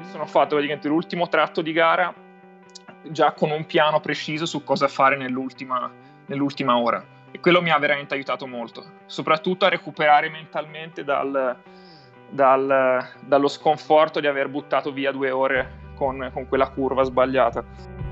sono fatto praticamente l'ultimo tratto di gara già con un piano preciso su cosa fare nell'ultima ora, e quello mi ha veramente aiutato molto, soprattutto a recuperare mentalmente dallo sconforto di aver buttato via 2 ore con quella curva sbagliata.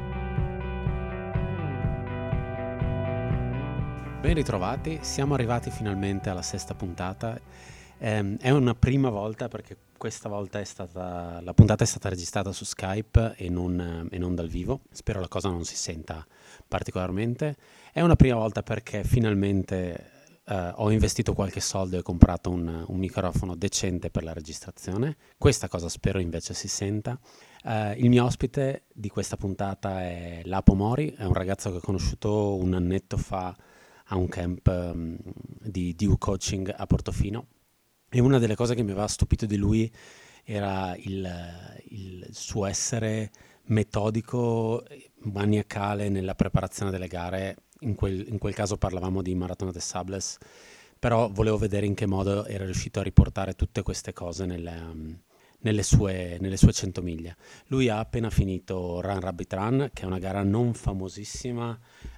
Ben ritrovati, siamo arrivati finalmente alla 6ª puntata. È una prima volta perché questa volta la puntata è stata registrata su Skype e non dal vivo. Spero la cosa non si senta particolarmente. È una prima volta perché finalmente ho investito qualche soldo e ho comprato un microfono decente per la registrazione. Questa cosa spero invece si senta. Il mio ospite di questa puntata è Lapo Mori, è un ragazzo che ho conosciuto un annetto fa a un camp di DU Coaching a Portofino, e una delle cose che mi aveva stupito di lui era il suo essere metodico, maniacale nella preparazione delle gare. In quel caso parlavamo di Maratona des Sables, però volevo vedere in che modo era riuscito a riportare tutte queste cose nelle sue 100 miglia. Lui ha appena finito Run Rabbit Run, che è una gara non famosissima,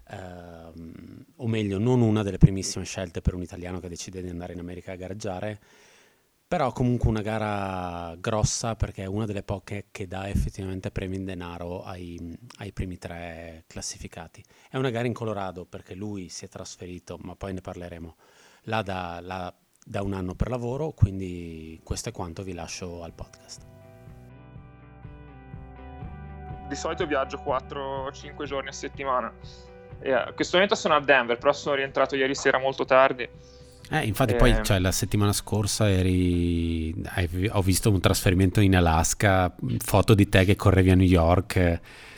o meglio non una delle primissime scelte per un italiano che decide di andare in America a gareggiare, però comunque una gara grossa perché è una delle poche che dà effettivamente premi in denaro ai primi 3 classificati. È una gara in Colorado perché lui si è trasferito, ma poi ne parleremo, là da un anno per lavoro, quindi questo è quanto, vi lascio al podcast. Di solito viaggio 4-5 giorni a settimana. A questo momento sono a Denver, però sono rientrato ieri sera molto tardi. Infatti poi la settimana scorsa ho visto un trasferimento in Alaska, foto di te che correvi a New York.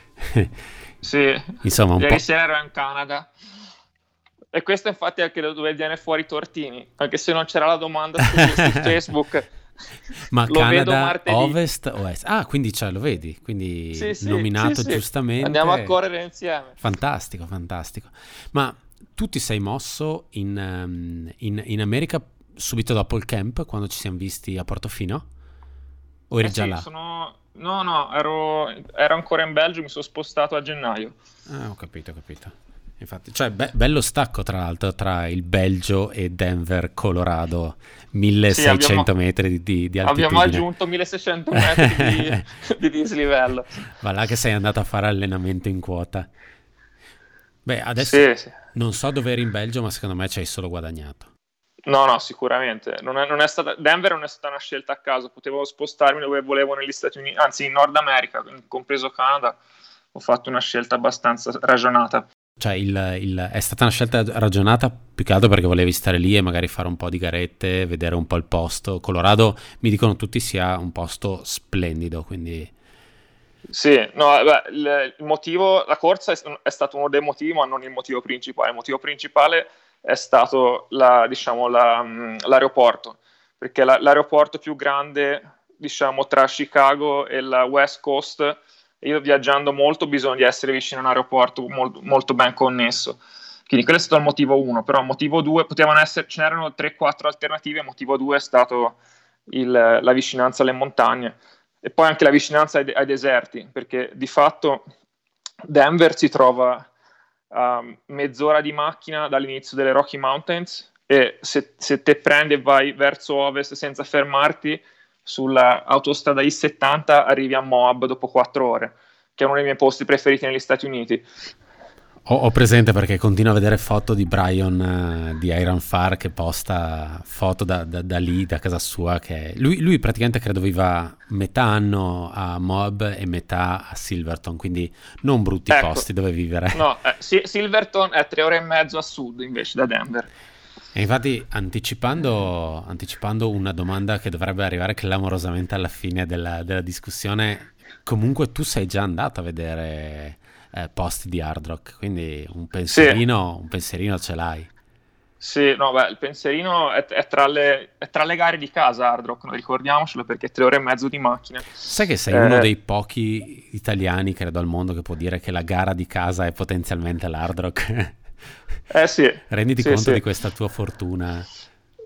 Sì, insomma ieri sera ero in Canada. E questo infatti è anche dove viene fuori Tortini, anche se non c'era la domanda su Facebook. Ma lo Canada, vedo martedì. Ovest o est? Ah, quindi lo vedi, quindi sì, nominato sì. Giustamente. Andiamo a correre insieme. Fantastico. Ma tu ti sei mosso in America subito dopo il camp, quando ci siamo visti a Portofino? O eri già là? No, ero ancora in Belgio, mi sono spostato a gennaio. Ah, ho capito. Infatti, bello stacco tra l'altro tra il Belgio e Denver, Colorado, 1600 metri di altitudine. Abbiamo aggiunto 1600 metri di dislivello. Va là che sei andato a fare allenamento in quota. Beh, adesso sì. Non so dove eri in Belgio, ma secondo me ci hai solo guadagnato. No, sicuramente. Non è stata, Denver non è stata una scelta a caso, potevo spostarmi dove volevo negli Stati Uniti, anzi in Nord America, compreso Canada. Ho fatto una scelta abbastanza ragionata. È stata una scelta ragionata più che altro perché volevi stare lì e magari fare un po' di garette, vedere un po' il posto. Colorado, mi dicono tutti, sia un posto splendido, quindi... Sì, no, il motivo, la corsa è stato uno dei motivi, ma non il motivo principale. Il motivo principale è stato l'aeroporto, perché l'aeroporto più grande, diciamo, tra Chicago e la West Coast. Io viaggiando molto ho bisogno di essere vicino a un aeroporto molto, molto ben connesso, quindi quello è stato il motivo 1. Però motivo 2, ce n'erano 3-4 alternative. Motivo 2 è stato la vicinanza alle montagne e poi anche la vicinanza ai deserti, perché di fatto Denver si trova a mezz'ora di macchina dall'inizio delle Rocky Mountains, e se te prendi e vai verso ovest senza fermarti sulla autostrada I-70 arrivi a Moab dopo 4 ore, che è uno dei miei posti preferiti negli Stati Uniti. Ho presente perché continuo a vedere foto di Brian di Iron Far che posta foto da lì, da casa sua, che lui praticamente credo viva metà anno a Moab e metà a Silverton, quindi non brutti posti dove vivere. No, Silverton è 3 ore e mezzo a sud invece da Denver. E infatti anticipando una domanda che dovrebbe arrivare clamorosamente alla fine della discussione, comunque tu sei già andato a vedere posti di hard rock, quindi un pensierino ce l'hai. Sì, no, il pensierino è tra le gare di casa hard rock, ricordiamocelo, perché 3 ore e mezzo di macchina. Sai che sei uno dei pochi italiani, credo, al mondo che può dire che la gara di casa è potenzialmente l'hard rock? Sì. Renditi conto di questa tua fortuna.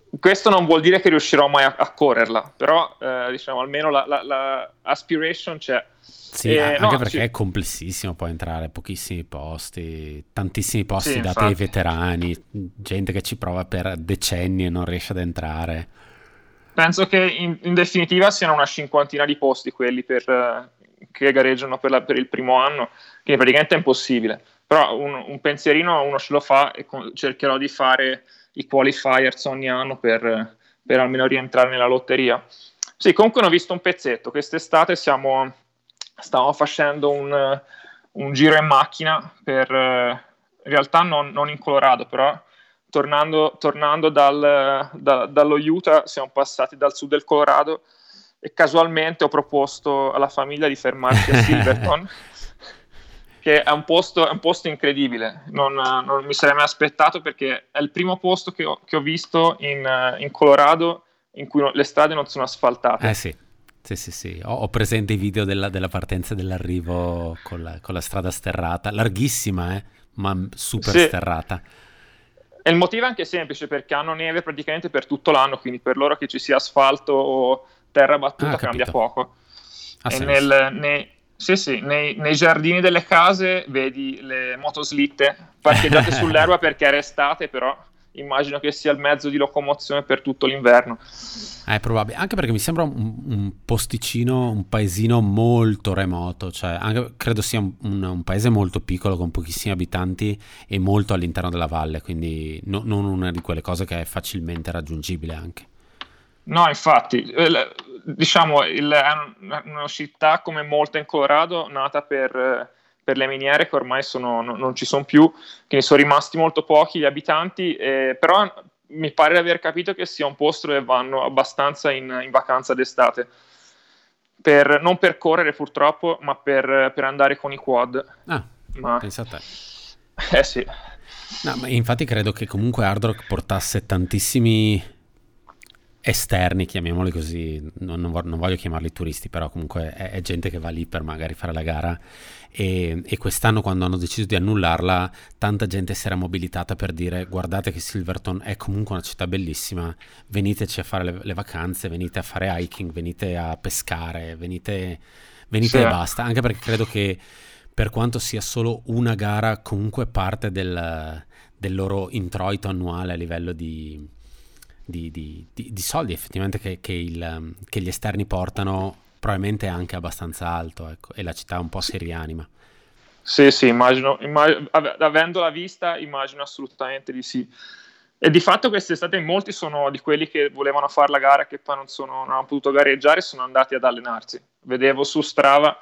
questo non vuol dire che riuscirò mai a correrla, però diciamo almeno la aspiration c'è. Sì, anche No, perché è complessissimo poi entrare, pochissimi posti, tantissimi sì, posti dati ai infatti. veterani, gente che ci prova per decenni e non riesce ad entrare. Penso che in definitiva siano una cinquantina di posti quelli che gareggiano per il primo anno, quindi praticamente è impossibile. Però un pensierino uno ce lo fa e cercherò di fare i qualifiers ogni anno per almeno rientrare nella lotteria. Sì, comunque ho visto un pezzetto. Quest'estate stavamo facendo un giro in macchina in realtà non in Colorado, però tornando dallo Utah, siamo passati dal sud del Colorado e casualmente ho proposto alla famiglia di fermarci a Silverton, che è un posto incredibile. Non mi sarei mai aspettato, perché è il primo posto che ho visto in Colorado in cui le strade non sono asfaltate. Sì, sì, sì, sì. Ho presente i video della partenza e dell'arrivo con la strada sterrata, larghissima, ma super Sì. sterrata. E il motivo è anche semplice, perché hanno neve praticamente per tutto l'anno, quindi per loro che ci sia asfalto o terra Ah, battuta cambia capito. poco. Ha E senso. sì, sì, nei giardini delle case vedi le motoslitte parcheggiate sull'erba perché era estate, però immagino che sia il mezzo di locomozione per tutto l'inverno. È probabile, anche perché mi sembra un posticino, un paesino molto remoto, cioè credo sia un paese molto piccolo con pochissimi abitanti e molto all'interno della valle, quindi non una di quelle cose che è facilmente raggiungibile anche. No, infatti, diciamo, è una città come molte in Colorado, nata per le miniere che ormai non ci sono più, quindi sono rimasti molto pochi gli abitanti, però mi pare di aver capito che sia un posto dove vanno abbastanza in vacanza d'estate, non per correre purtroppo, ma per andare con i quad. Ah, Ma, pensa a te. sì. No, ma infatti credo che comunque Hard Rock portasse tantissimi esterni, chiamiamoli così, non voglio chiamarli turisti, però comunque è gente che va lì per magari fare la gara e quest'anno, quando hanno deciso di annullarla, tanta gente si era mobilitata per dire: guardate che Silverton è comunque una città bellissima, veniteci a fare le vacanze, venite a fare hiking, venite a pescare, venite Sì. e basta, anche perché credo che, per quanto sia solo una gara, comunque parte del loro introito annuale a livello di soldi effettivamente che gli esterni portano, probabilmente è anche abbastanza alto, ecco, e la città un po' si rianima. Sì, sì, avendola vista, immagino assolutamente di sì. E di fatto quest'estate molti sono di quelli che volevano fare la gara, che poi non hanno potuto gareggiare, sono andati ad allenarsi. Vedevo su Strava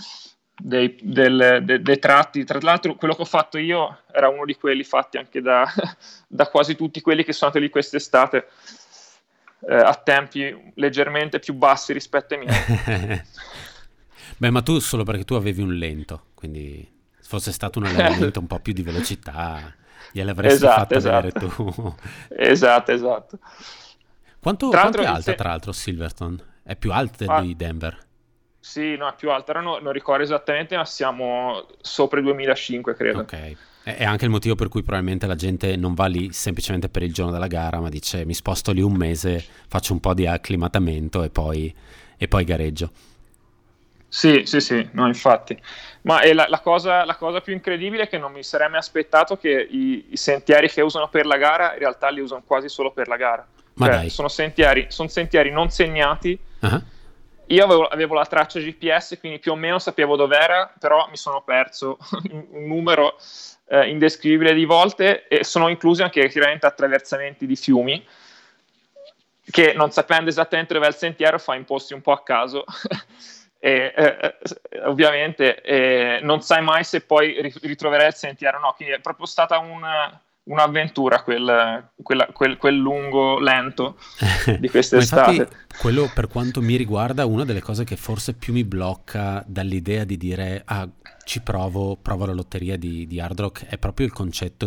dei tratti. Tra l'altro, quello che ho fatto io era uno di quelli fatti anche da quasi tutti quelli che sono andati lì quest'estate, a tempi leggermente più bassi rispetto ai miei. Beh, ma tu solo perché tu avevi un lento, quindi se fosse stato un allenamento un po' più di velocità, gliele avresti Esatto, fatte vedere esatto. tu. Esatto, esatto. Quanto, Tra quanto è l'altro, alta, tra l'altro, Silverton? È più alta di Denver? sì, no, è più alta. Ora non ricordo esattamente, ma siamo sopra i 2005, credo. Ok. È anche il motivo per cui probabilmente la gente non va lì semplicemente per il giorno della gara, ma dice: mi sposto lì un mese, faccio un po' di acclimatamento e poi gareggio. Sì, sì, sì, no, infatti. Ma la cosa più incredibile è che non mi sarei mai aspettato che i sentieri che usano per la gara in realtà li usano quasi solo per la gara. Ma Cioè, dai. sono sentieri non segnati. Ah. Io avevo la traccia GPS, quindi più o meno sapevo dov'era, però mi sono perso un numero indescrivibile di volte, e sono inclusi anche chiaramente attraversamenti di fiumi, che non sapendo esattamente dove è il sentiero fai in posti un po' a caso. Ovviamente non sai mai se poi ritroverai il sentiero o no, quindi è proprio stata un'avventura quel lungo lento di Ma infatti, quest'estate. quello, per quanto mi riguarda, una delle cose che forse più mi blocca dall'idea di dire: ah, provo la lotteria di Hard Rock, è proprio il concetto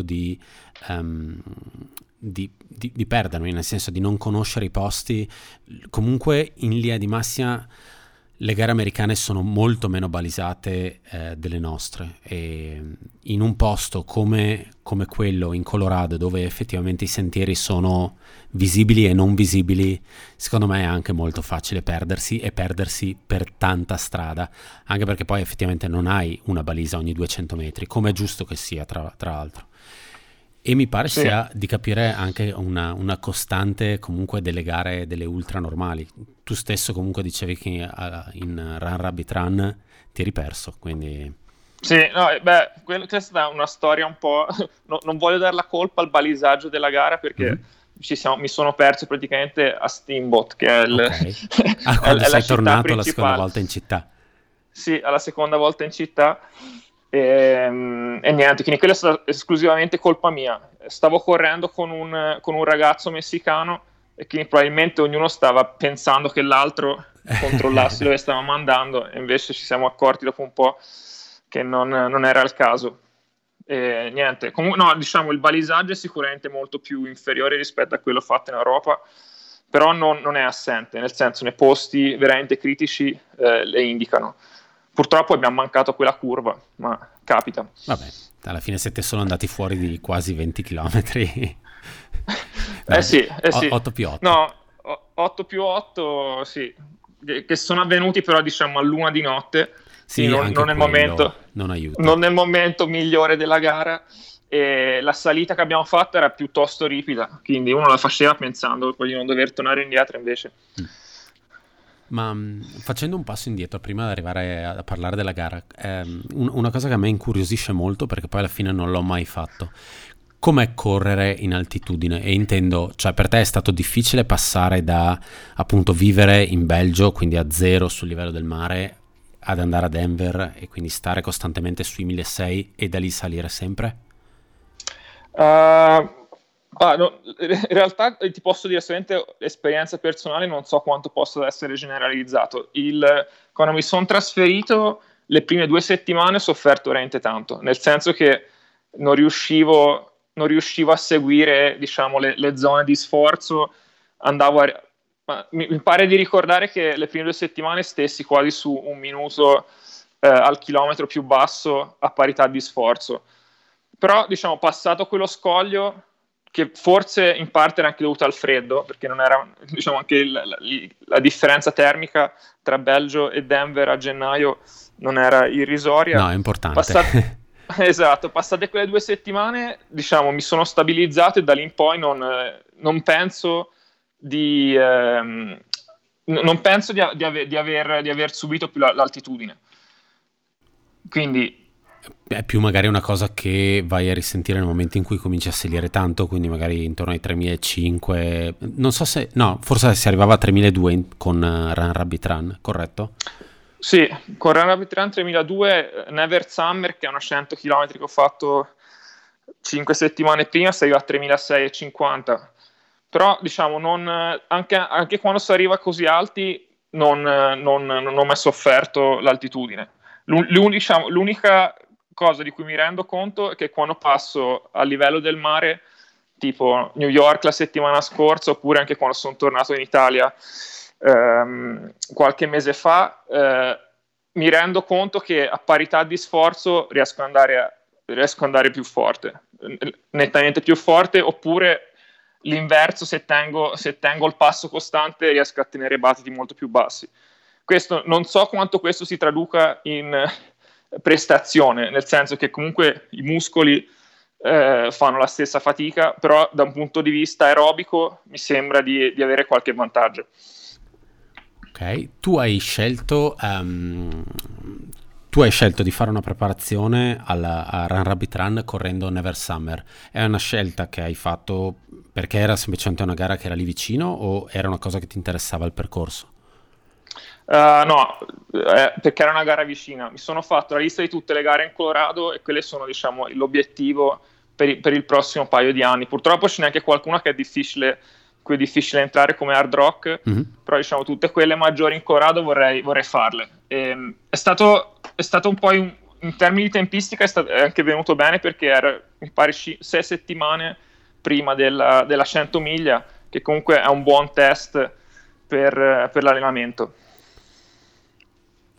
di perdermi, nel senso di non conoscere i posti. Comunque in linea di massima Le gare americane sono molto meno balisate delle nostre, e in un posto come quello in Colorado, dove effettivamente i sentieri sono visibili e non visibili, secondo me è anche molto facile perdersi, e perdersi per tanta strada, anche perché poi effettivamente non hai una balisa ogni 200 metri, come è giusto che sia, tra l'altro. E mi pare Sì. sia di capire anche una costante comunque delle gare, delle ultra normali. Tu stesso comunque dicevi che in Run Rabbit Run ti eri perso, quindi... Sì, no, questa è stata una storia un po'... non voglio dare la colpa al balisaggio della gara, perché mi sono perso praticamente a Steamboat, che è, Ok. Quando è la sei città tornato la seconda principale. volta in città. Sì, alla seconda volta in città. E niente, quindi quella è stata esclusivamente colpa mia. Stavo correndo con un ragazzo messicano, e quindi probabilmente ognuno stava pensando che l'altro controllasse dove stavamo andando, e invece ci siamo accorti dopo un po' che non era il caso. E niente, comunque, no, diciamo, il balisaggio è sicuramente molto più inferiore rispetto a quello fatto in Europa, però non è assente, nel senso, nei posti veramente critici le indicano. Purtroppo abbiamo mancato quella curva, ma capita. Vabbè, alla fine siete solo andati fuori di quasi 20 chilometri. No, Sì. 8 più 8. No, 8 più 8, sì, che sono avvenuti però, diciamo, all'una di notte, Sì, quindi anche nel quello non aiuta. non nel momento migliore della gara, e la salita che abbiamo fatto era piuttosto ripida, quindi uno la faceva pensando poi di non dover tornare indietro, invece. Ma facendo un passo indietro prima di arrivare a parlare della gara, una cosa che a me incuriosisce molto, perché poi alla fine non l'ho mai fatto: com'è correre in altitudine? E intendo, cioè, per te è stato difficile passare da appunto vivere in Belgio, quindi a zero sul livello del mare, ad andare a Denver e quindi stare costantemente sui 1600 e da lì salire sempre? No, in realtà ti posso dire solamente esperienza personale, non so quanto possa essere generalizzato. Quando mi sono trasferito, le prime 2 settimane ho sofferto veramente tanto, nel senso che non riuscivo a seguire, diciamo, le zone di sforzo. Mi pare di ricordare che le prime 2 settimane stessi quasi su 1 minuto al chilometro più basso a parità di sforzo. Però, diciamo, passato quello scoglio, che forse in parte era anche dovuto al freddo, perché non era, diciamo, anche la differenza termica tra Belgio e Denver a gennaio non era irrisoria. No, è importante. Esatto, passate quelle 2 settimane, diciamo, mi sono stabilizzato, e da lì in poi non penso non penso di aver subito più l'altitudine. Quindi È più magari una cosa che vai a risentire nel momento in cui cominci a salire tanto, quindi magari intorno ai 3500, non so se... no, forse si arrivava a 3200 con Run Rabbit Run, corretto? sì, con Run Rabbit Run 3002, Never Summer, che è una 100 km che ho fatto 5 settimane prima, si arriva a 3650. Però, diciamo, anche quando si arriva così alti non ho mai sofferto l'altitudine. L'unica cosa di cui mi rendo conto è che quando passo a livello del mare, tipo New York la settimana scorsa, oppure anche quando sono tornato in Italia qualche mese fa, mi rendo conto che a parità di sforzo riesco ad andare più forte, nettamente più forte, oppure l'inverso, se tengo il passo costante riesco a tenere battiti molto più bassi. Non so quanto questo si traduca in prestazione, nel senso che comunque i muscoli fanno la stessa fatica, però da un punto di vista aerobico mi sembra di avere qualche vantaggio. Ok, tu hai scelto di fare una preparazione a Run Rabbit Run correndo Never Summer. È una scelta che hai fatto perché era semplicemente una gara che era lì vicino, o era una cosa che ti interessava il percorso? No, perché era una gara vicina. Mi sono fatto la lista di tutte le gare in Colorado, e quelle sono, diciamo, l'obiettivo per il prossimo paio di anni. Purtroppo ce n'è anche qualcuna che è difficile entrare, come Hard Rock, però, diciamo, tutte quelle maggiori in Colorado vorrei farle. È stato un po' in termini di tempistica è anche venuto bene, perché era, mi pare, 6 settimane prima della 100 miglia, che comunque è un buon test per l'allenamento.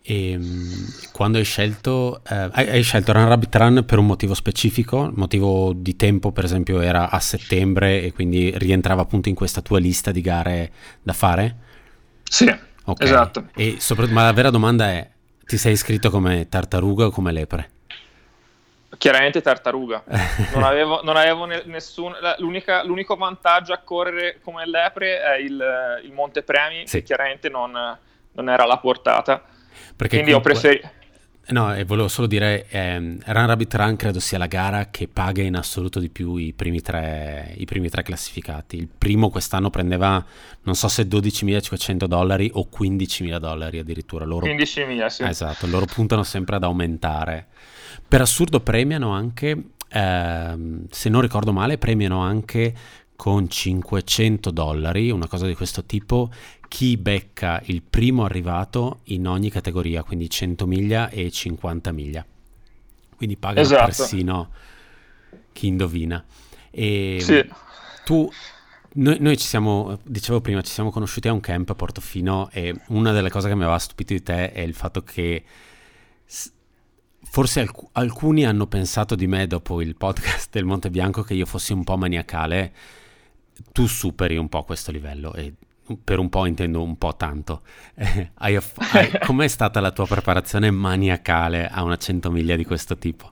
E quando hai scelto Run Rabbit Run per un motivo specifico? Il motivo di tempo, per esempio, era a settembre e quindi rientrava appunto in questa tua lista di gare da fare? Sì, Ok. esatto. Ma la vera domanda è, ti sei iscritto come tartaruga o come lepre? Chiaramente tartaruga. Non avevo nessun. L'unico vantaggio a correre come lepre è il montepremi, Sì. che chiaramente non era alla portata. Perché Quindi ho preferito. No, e volevo solo dire, Run Rabbit Run credo sia la gara che paga in assoluto di più i primi tre classificati. Il primo quest'anno prendeva, non so se $12.500 o $15.000 addirittura. 15.000, sì. Esatto, loro puntano sempre ad aumentare. Per assurdo premiano anche, se non ricordo male, premiano anche con $500, una cosa di questo tipo, chi becca il primo arrivato in ogni categoria, quindi 100 miglia e 50 miglia. Quindi pagano Esatto. persino chi indovina. E Sì. noi ci siamo, dicevo prima, ci siamo conosciuti a un camp a Portofino e una delle cose che mi aveva stupito di te è il fatto che forse alcuni hanno pensato di me dopo il podcast del Monte Bianco che io fossi un po' maniacale. Tu superi un po' questo livello e per un po' intendo un po' tanto. Com'è stata la tua preparazione maniacale a una 100 miglia di questo tipo?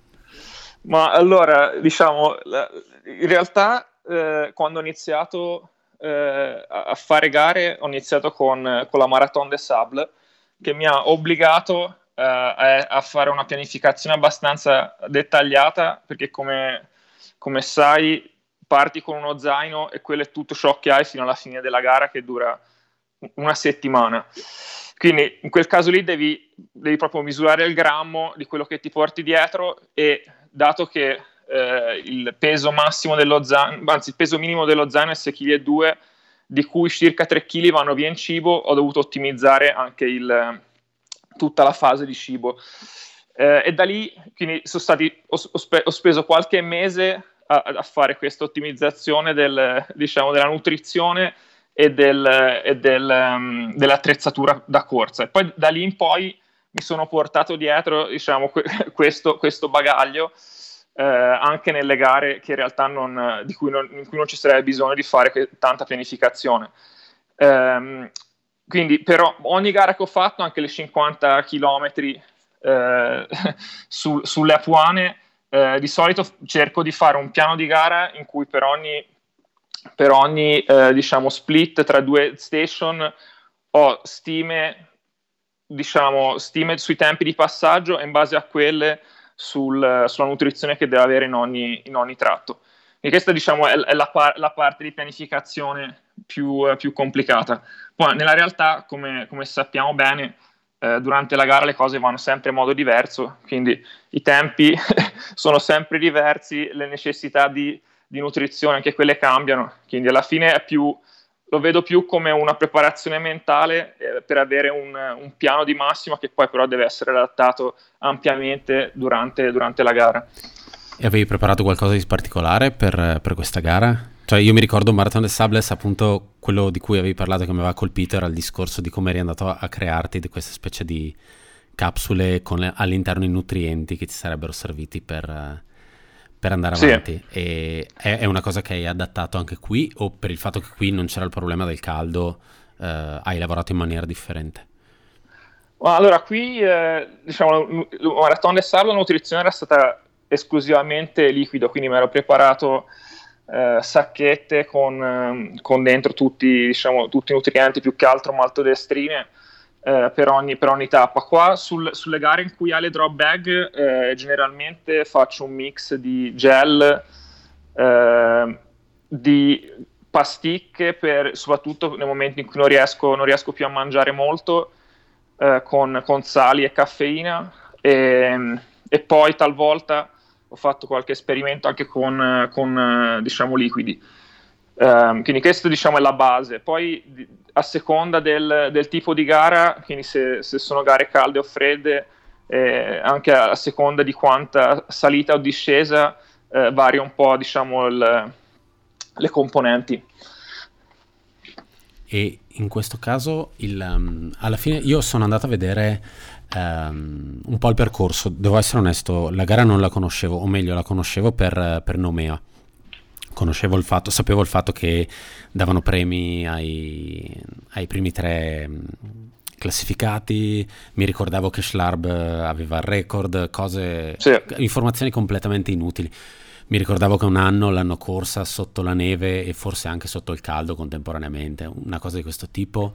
Ma allora, diciamo, in realtà quando ho iniziato a fare gare, ho iniziato con la Marathon des Sables, che mi ha obbligato a fare una pianificazione abbastanza dettagliata, perché come sai parti con uno zaino e quello è tutto ciò che hai fino alla fine della gara, che dura una settimana. Quindi in quel caso lì devi proprio misurare il grammo di quello che ti porti dietro, e dato che il peso massimo dello zaino, anzi il peso minimo dello zaino è 6,2 kg, di cui circa 3 kg vanno via in cibo, ho dovuto ottimizzare anche tutta la fase di cibo. E da lì quindi ho speso qualche mese a fare questa ottimizzazione della nutrizione e dell'attrezzatura da corsa. E poi da lì in poi mi sono portato dietro, diciamo, questo bagaglio anche nelle gare che in realtà in cui non ci sarebbe bisogno di fare tanta pianificazione. Quindi per ogni gara che ho fatto, anche le 50 km sulle Apuane, di solito cerco di fare un piano di gara in cui per ogni diciamo split tra due station ho stime sui tempi di passaggio, e in base a quelle sulla nutrizione che deve avere in ogni tratto. E questa, diciamo, è la parte di pianificazione più complicata. Poi nella realtà, come sappiamo bene, durante la gara le cose vanno sempre in modo diverso, quindi i tempi sono sempre diversi, le necessità di nutrizione anche quelle cambiano, quindi alla fine lo vedo più come una preparazione mentale per avere un piano di massima che poi però deve essere adattato ampiamente durante la gara. E avevi preparato qualcosa di particolare per questa gara? Cioè io mi ricordo Marathon des Sables, appunto quello di cui avevi parlato che mi aveva colpito era il discorso di come eri andato a crearti di questa specie di capsule con all'interno i nutrienti che ti sarebbero serviti per andare avanti. Sì. E è una cosa che hai adattato anche qui, o per il fatto che qui non c'era il problema del caldo hai lavorato in maniera differente? Allora qui diciamo il Marathon des Sables, la nutrizione era stata esclusivamente liquido, quindi mi ero preparato sacchette con dentro tutti i nutrienti, più che altro maltodestrine per ogni tappa. Qua sulle gare in cui hai le drop bag generalmente faccio un mix di gel, di pasticche soprattutto nei momenti in cui non riesco più a mangiare molto, con sali e caffeina, e poi talvolta ho fatto qualche esperimento anche con diciamo liquidi. Quindi questo, diciamo, è la base. Poi a seconda del tipo di gara, quindi se sono gare calde o fredde, anche a seconda di quanta salita o discesa, varia un po', diciamo, le componenti. E in questo caso, alla fine, io sono andato a vedere un po' il percorso. Devo essere onesto, la gara non la conoscevo, o meglio, la conoscevo per Nomea. Sapevo il fatto che davano premi ai primi tre classificati, mi ricordavo che Schlarb aveva il record, Sì. informazioni completamente inutili. Mi ricordavo che un anno l'hanno corsa sotto la neve e forse anche sotto il caldo contemporaneamente, una cosa di questo tipo,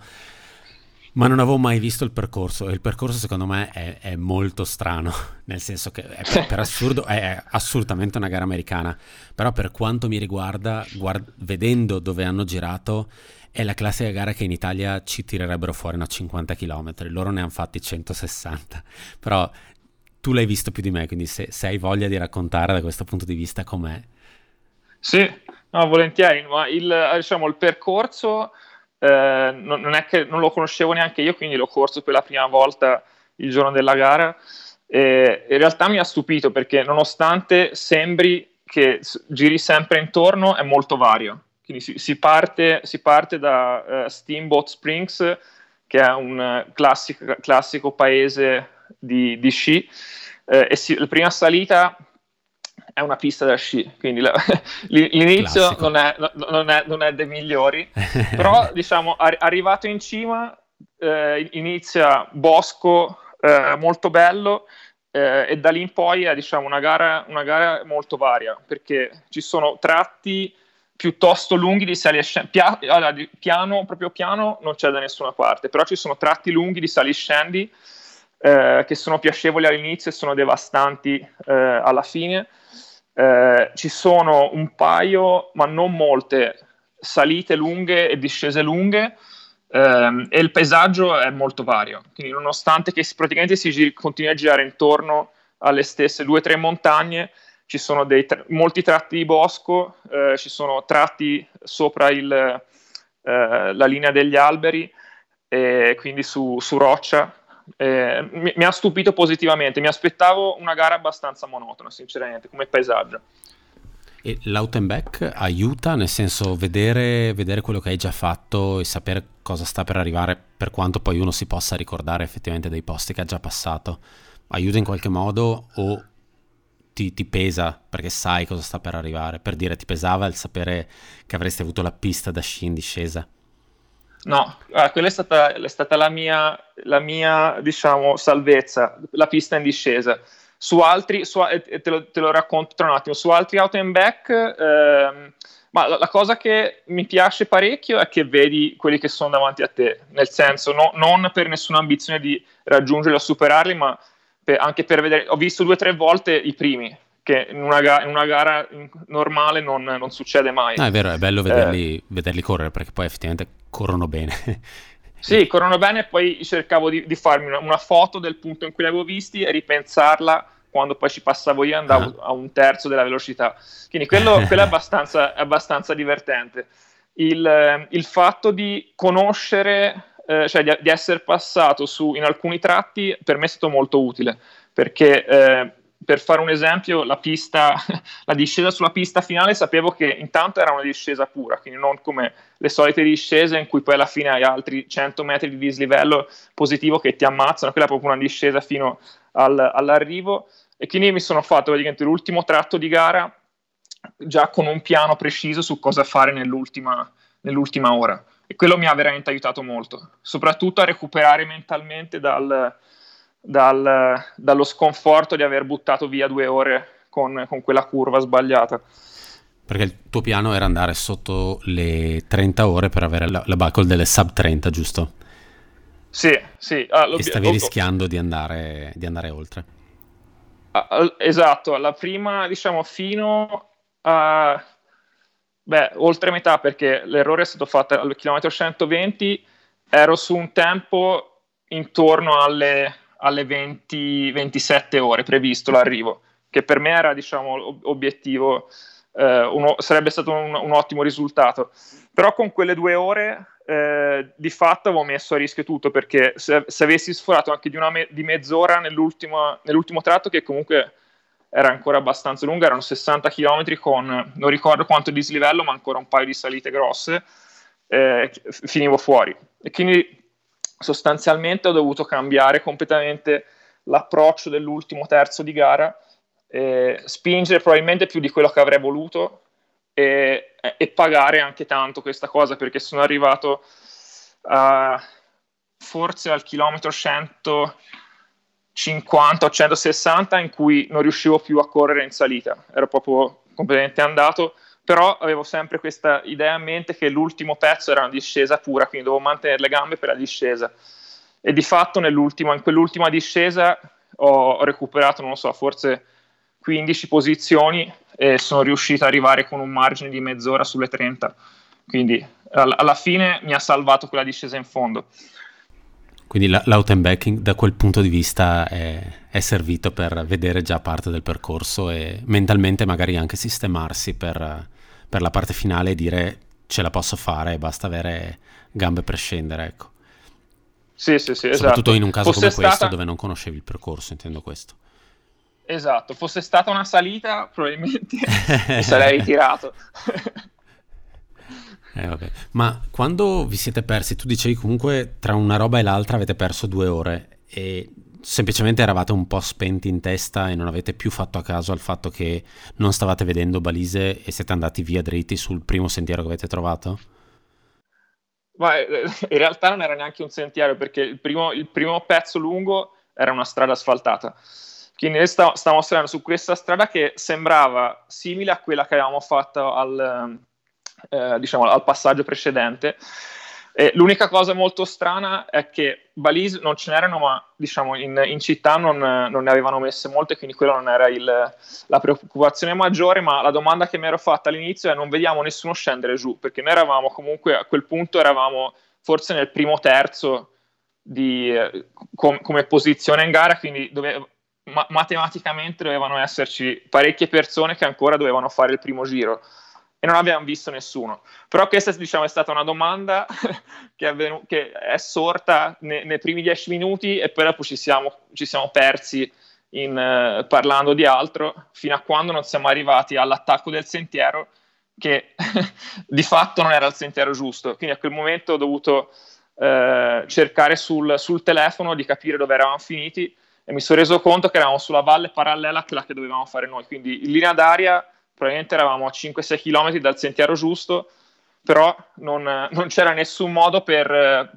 ma non avevo mai visto il percorso, e il percorso secondo me è molto strano, nel senso che per assurdo è assolutamente una gara americana, però per quanto mi riguarda, vedendo dove hanno girato, è la classica gara che in Italia ci tirerebbero fuori a 50 km, loro ne hanno fatti 160, però tu l'hai visto più di me, quindi se hai voglia di raccontare da questo punto di vista com'è. Sì, no, volentieri, ma diciamo, il percorso non è che non lo conoscevo neanche io, quindi l'ho corso per la prima volta il giorno della gara, e in realtà mi ha stupito perché nonostante sembri che giri sempre intorno, è molto vario. Quindi si parte da Steamboat Springs, che è un classico paese di sci, e la prima salita è una pista da sci, quindi l'inizio non è dei migliori, però diciamo arrivato in cima inizia bosco molto bello, e da lì in poi è diciamo una gara molto varia, perché ci sono tratti piuttosto lunghi di sali e scendi, proprio piano non c'è da nessuna parte, però ci sono tratti lunghi di sali e scendi che sono piacevoli all'inizio e sono devastanti alla fine. Ci sono un paio, ma non molte, salite lunghe e discese lunghe, e il paesaggio è molto vario, quindi nonostante che praticamente continui a girare intorno alle stesse 2 o 3 montagne, ci sono molti tratti di bosco, ci sono tratti sopra la linea degli alberi, e quindi su roccia. Mi ha stupito positivamente, mi aspettavo una gara abbastanza monotona sinceramente come paesaggio. E l'out and back aiuta, nel senso vedere quello che hai già fatto e sapere cosa sta per arrivare, per quanto poi uno si possa ricordare effettivamente dei posti che ha già passato, aiuta in qualche modo o ti pesa perché sai cosa sta per arrivare? Per dire, ti pesava il sapere che avresti avuto la pista da sci in discesa? No, quella è stata la mia, diciamo, salvezza, la pista in discesa. Su altri, te lo racconto tra un attimo, su altri out and back, ma la cosa che mi piace parecchio è che vedi quelli che sono davanti a te, nel senso, non per nessuna ambizione di raggiungerli o superarli, ma anche per vedere, ho visto 2 o 3 volte i primi, che in una gara normale non succede mai. No, è vero, è bello vederli correre, perché poi effettivamente corrono bene. Sì, corrono bene, e poi cercavo di farmi una foto del punto in cui li avevo visti e ripensarla quando poi ci passavo io, andavo a 1/3 della velocità. Quindi quello è abbastanza divertente. Il fatto di conoscere, cioè di essere passato in alcuni tratti, per me è stato molto utile, perché per fare un esempio, la discesa sulla pista finale sapevo che intanto era una discesa pura, quindi non come le solite discese in cui poi alla fine hai altri 100 metri di dislivello positivo che ti ammazzano. Quella è proprio una discesa fino all'arrivo, e quindi mi sono fatto praticamente l'ultimo tratto di gara già con un piano preciso su cosa fare nell'ultima ora, e quello mi ha veramente aiutato molto, soprattutto a recuperare mentalmente dallo sconforto di aver buttato via 2 ore con quella curva sbagliata. Perché il tuo piano era andare sotto le 30 ore per avere la buckle delle sub 30, giusto? Sì. E stavi rischiando di andare oltre. Esatto, la prima, diciamo, fino a oltre metà, perché l'errore è stato fatto al chilometro 120, ero su un tempo intorno alle 20-27 ore previsto l'arrivo, che per me era, diciamo, obiettivo, sarebbe stato un ottimo risultato, però con quelle 2 ore di fatto avevo messo a rischio tutto, perché se avessi sforato anche di mezz'ora nell'ultimo tratto, che comunque era ancora abbastanza lunga, erano 60 km con non ricordo quanto dislivello, ma ancora un paio di salite grosse, finivo fuori. E quindi sostanzialmente ho dovuto cambiare completamente l'approccio dell'ultimo terzo di gara, spingere probabilmente più di quello che avrei voluto e pagare anche tanto questa cosa, perché sono arrivato forse al chilometro 150 o 160 in cui non riuscivo più a correre in salita, ero proprio completamente andato, però avevo sempre questa idea in mente che l'ultimo pezzo era una discesa pura, quindi dovevo mantenere le gambe per la discesa, e di fatto in quell'ultima discesa ho recuperato, non lo so, forse 15 posizioni e sono riuscito ad arrivare con un margine di mezz'ora sulle 30, quindi alla fine mi ha salvato quella discesa in fondo. Quindi l'out'n'backing da quel punto di vista è servito per vedere già parte del percorso e mentalmente magari anche sistemarsi per la parte finale e dire ce la posso fare, basta avere gambe per scendere, ecco. Sì, soprattutto esatto. In un caso come questo dove non conoscevi il percorso, intendo questo. Esatto, fosse stata una salita probabilmente mi sarei ritirato. Vabbè. Ma quando vi siete persi, tu dicevi comunque tra una roba e l'altra avete perso 2 ore e semplicemente eravate un po' spenti in testa e non avete più fatto a caso al fatto che non stavate vedendo balise e siete andati via dritti sul primo sentiero che avete trovato? Ma in realtà non era neanche un sentiero, perché il primo pezzo lungo era una strada asfaltata. Quindi noi stavamo strada su questa strada che sembrava simile a quella che avevamo fatto al passaggio precedente. L'unica cosa molto strana è che balise non ce n'erano, ma diciamo in città non ne avevano messe molte, quindi quella non era la preoccupazione maggiore, ma la domanda che mi ero fatta all'inizio è: non vediamo nessuno scendere giù, perché noi eravamo comunque, a quel punto eravamo forse nel primo terzo come posizione in gara, quindi matematicamente dovevano esserci parecchie persone che ancora dovevano fare il primo giro e non abbiamo visto nessuno. Però questa, diciamo, è stata una domanda che è sorta nei primi 10 minuti e poi dopo ci siamo persi parlando di altro, fino a quando non siamo arrivati all'attacco del sentiero, che di fatto non era il sentiero giusto. Quindi a quel momento ho dovuto cercare sul telefono di capire dove eravamo finiti e mi sono reso conto che eravamo sulla valle parallela a quella che dovevamo fare noi, quindi in linea d'aria probabilmente eravamo a 5-6 km dal sentiero giusto, però non c'era nessun modo per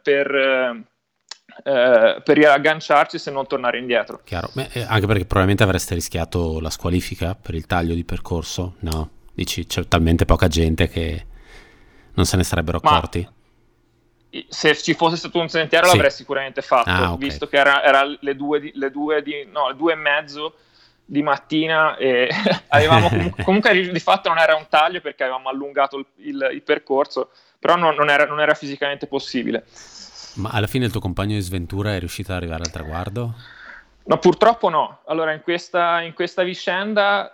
riagganciarci se non tornare indietro. Chiaro. Anche perché probabilmente avreste rischiato la squalifica per il taglio di percorso, no? Dici, c'è talmente poca gente che non se ne sarebbero accorti? Se ci fosse stato un sentiero l'avrei sicuramente fatto, okay. Visto che era le 2:30 di mattina e avevamo comunque di fatto non era un taglio perché avevamo allungato il percorso, però non era fisicamente possibile. Ma alla fine il tuo compagno di sventura è riuscito ad arrivare al traguardo? No, purtroppo no. Allora in questa vicenda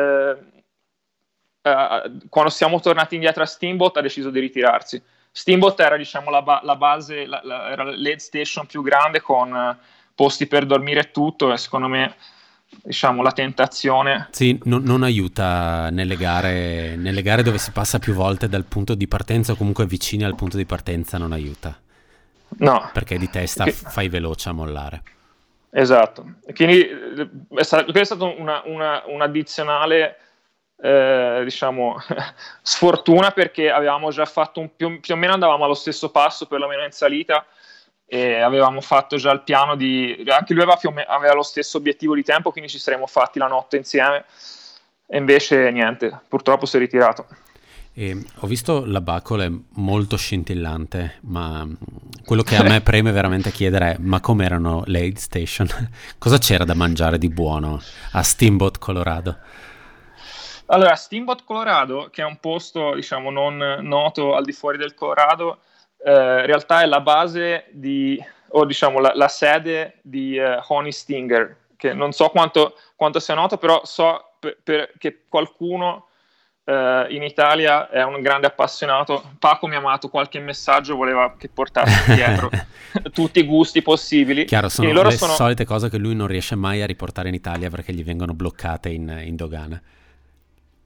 quando siamo tornati indietro a Steamboat ha deciso di ritirarsi. Steamboat era, diciamo, la base, era l'aid station più grande con posti per dormire e tutto, e secondo me, diciamo, la tentazione... Sì, non aiuta nelle gare dove si passa più volte dal punto di partenza o comunque vicini al punto di partenza, non aiuta. No. Perché di testa fai veloce a mollare. Esatto. E quindi questa è stata un'addizionale diciamo sfortuna, perché avevamo già fatto più o meno andavamo allo stesso passo, perlomeno in salita, e avevamo fatto già il piano anche lui aveva lo stesso obiettivo di tempo, quindi ci saremmo fatti la notte insieme, e invece niente, purtroppo si è ritirato. Ho visto la Buckle è molto scintillante, ma quello che a me preme veramente chiedere è: ma com'erano le aid station? Cosa c'era da mangiare di buono a Steamboat, Colorado? Allora, Steamboat, Colorado, che è un posto, diciamo, non noto al di fuori del Colorado, in realtà è la base diciamo la sede di Honey Stinger, che non so quanto sia noto, però so che qualcuno in Italia è un grande appassionato. Paco mi ha mandato qualche messaggio, voleva che portassi dietro tutti i gusti possibili. Chiaro, sono solite cose che lui non riesce mai a riportare in Italia perché gli vengono bloccate in dogana.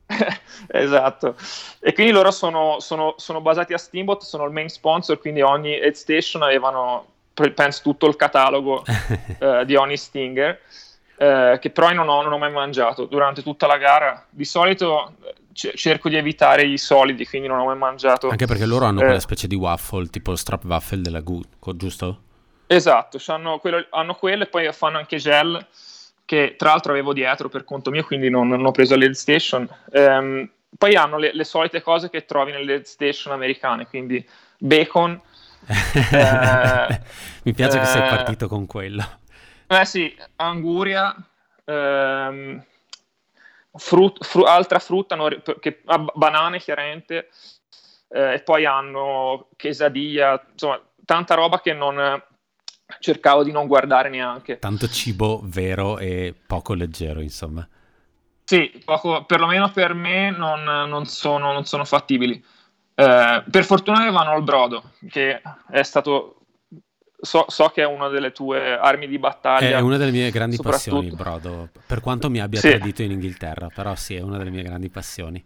Esatto, e quindi loro sono basati a Steamboat, sono il main sponsor, quindi ogni aid station avevano, penso, tutto il catalogo di ogni Stinger, che però io non ho mai mangiato durante tutta la gara. Di solito cerco di evitare i solidi, quindi non ho mai mangiato. Anche perché loro hanno quella specie di waffle, tipo il strap waffle della Good, giusto? Esatto, hanno quello e poi fanno anche gel, che tra l'altro avevo dietro per conto mio, quindi non ho preso l'Aid Station. Poi hanno le solite cose che trovi nelle Aid Station americane, quindi bacon. Mi piace che sei partito con quello. Sì, anguria, altra frutta, banane chiaramente, e poi hanno quesadilla, insomma, tanta roba che cercavo di non guardare neanche. Tanto cibo vero e poco leggero, insomma. Sì, perlomeno per me non sono fattibili. Per fortuna avevano il brodo, che è stato... So che è una delle tue armi di battaglia. È una delle mie grandi passioni, il brodo. Per quanto mi abbia tradito in Inghilterra, però sì, è una delle mie grandi passioni.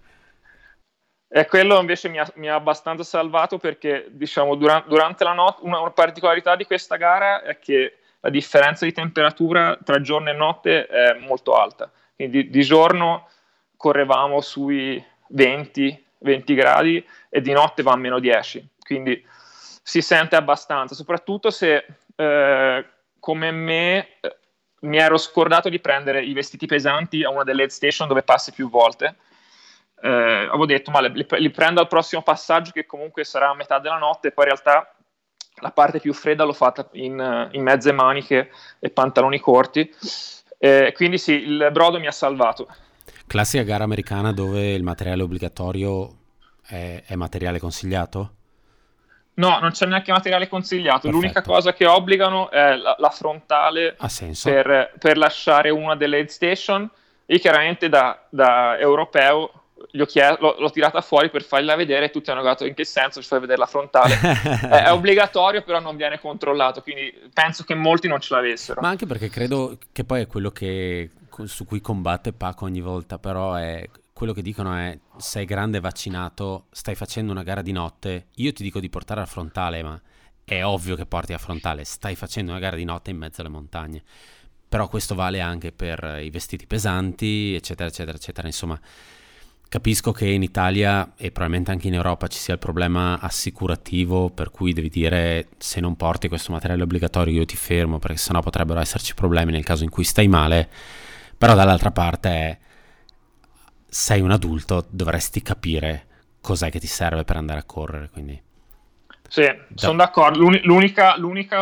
E quello invece mi ha abbastanza salvato perché, diciamo, durante la notte, una particolarità di questa gara è che la differenza di temperatura tra giorno e notte è molto alta. Quindi di giorno correvamo sui 20 gradi e di notte va a meno 10. Quindi si sente abbastanza, soprattutto se come me mi ero scordato di prendere i vestiti pesanti a una delle aid station dove passi più volte. Avevo detto, ma li prendo al prossimo passaggio che comunque sarà a metà della notte, e poi in realtà la parte più fredda l'ho fatta in mezze maniche e pantaloni corti, quindi sì, il brodo mi ha salvato. Classica gara americana dove il materiale obbligatorio è materiale consigliato? No, non c'è neanche materiale consigliato. Perfetto. L'unica cosa che obbligano è la frontale ha senso. Per lasciare una delle aid station. Io chiaramente da europeo l'ho tirata fuori per farla vedere e tutti hanno detto: in che senso ci fai vedere la frontale? È obbligatorio, però non viene controllato, quindi penso che molti non ce l'avessero. Ma anche perché credo che poi è quello su cui combatte Paco ogni volta, però è quello che dicono è: sei grande vaccinato, stai facendo una gara di notte, io ti dico di portare la frontale, ma è ovvio che porti la frontale, stai facendo una gara di notte in mezzo alle montagne. Però questo vale anche per i vestiti pesanti, eccetera, eccetera, eccetera. Insomma, capisco che in Italia e probabilmente anche in Europa ci sia il problema assicurativo, per cui devi dire: se non porti questo materiale obbligatorio io ti fermo, perché sennò potrebbero esserci problemi nel caso in cui stai male. Però dall'altra parte sei un adulto, dovresti capire cos'è che ti serve per andare a correre, quindi... Sì, sono d'accordo. L'unica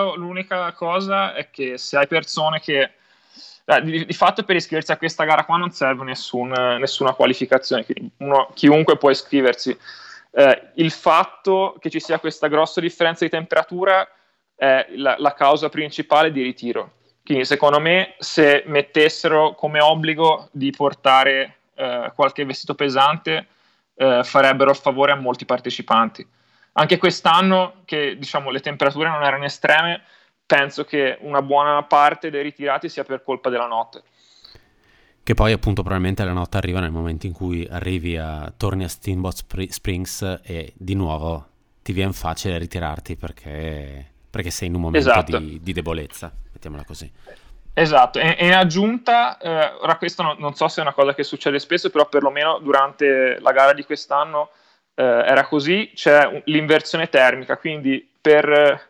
cosa è che se hai persone che... di fatto per iscriversi a questa gara qua non serve nessuna qualificazione, chiunque può iscriversi. Il fatto che ci sia questa grossa differenza di temperatura è la causa principale di ritiro. Quindi secondo me se mettessero come obbligo di portare qualche vestito pesante farebbero il favore a molti partecipanti. Anche quest'anno, che diciamo le temperature non erano estreme, penso che una buona parte dei ritirati sia per colpa della notte. Che poi appunto probabilmente la notte arriva nel momento in cui torni a Steamboat Springs e di nuovo ti viene facile ritirarti perché sei in un momento esatto. di debolezza, mettiamola così. Esatto, e in aggiunta, ora questo non so se è una cosa che succede spesso, però perlomeno durante la gara di quest'anno era così, c'è l'inversione termica, quindi per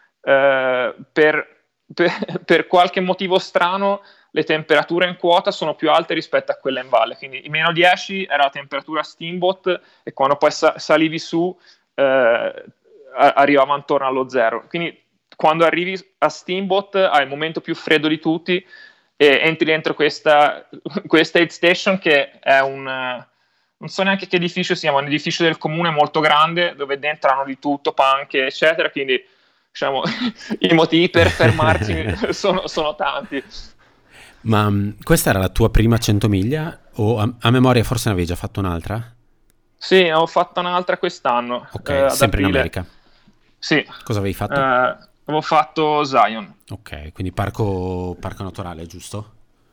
qualche motivo strano le temperature in quota sono più alte rispetto a quelle in valle, quindi i meno 10 era la temperatura Steamboat e quando poi salivi su arrivava intorno allo 0, quindi quando arrivi a Steamboat hai il momento più freddo di tutti e entri dentro questa aid station che è non so neanche che edificio sia, ma un edificio del comune molto grande dove dentro hanno di tutto, panche eccetera, quindi diciamo i motivi per fermarci sono tanti. Ma questa era la tua prima 100 miglia o a memoria forse ne avevi già fatto un'altra? Sì, ho fatto un'altra quest'anno. Ok, sempre in America? Sì. Cosa avevi fatto? Avevo fatto Zion. Ok, quindi parco naturale, giusto?